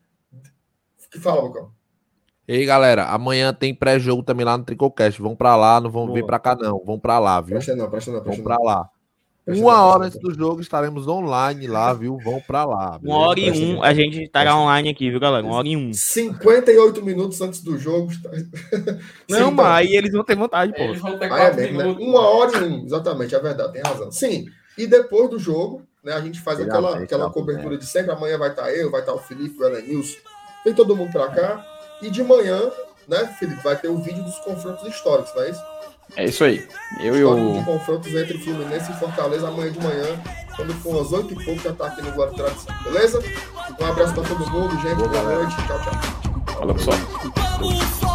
O que fala, Bocão? Ei, galera, amanhã tem pré-jogo também lá no Tricocast. Vão pra lá, não vão Boa. vir pra cá, não. Vão pra lá, viu? Presta não, presta não, presta Vão pra lá. Presta Uma não, hora não, antes do jogo estaremos online lá, viu? Vão pra lá. Uma hora e um, a gente estará online aqui, viu, galera? Uma hora e um. cinquenta e oito minutos antes do jogo. Não, mas aí eles vão ter vontade, pô. Eles vão ter ah, é mesmo, né? Uma hora e um, exatamente, é verdade, tem razão. Sim, e depois do jogo, né, a gente faz aquela, aquela cobertura de sempre. Amanhã vai estar eu, vai estar o Felipe, o Elenilson, vem todo mundo pra cá. E de manhã, né, Felipe, vai ter o vídeo dos confrontos históricos, não é isso? É isso aí. Eu e o... de confrontos entre Fluminense e Fortaleza amanhã de manhã, quando for umas oito e pouco, já tá aqui no Glória e Tradição, beleza? Um abraço pra todo mundo, gente. Boa noite. Tchau, tchau. Fala, pessoal.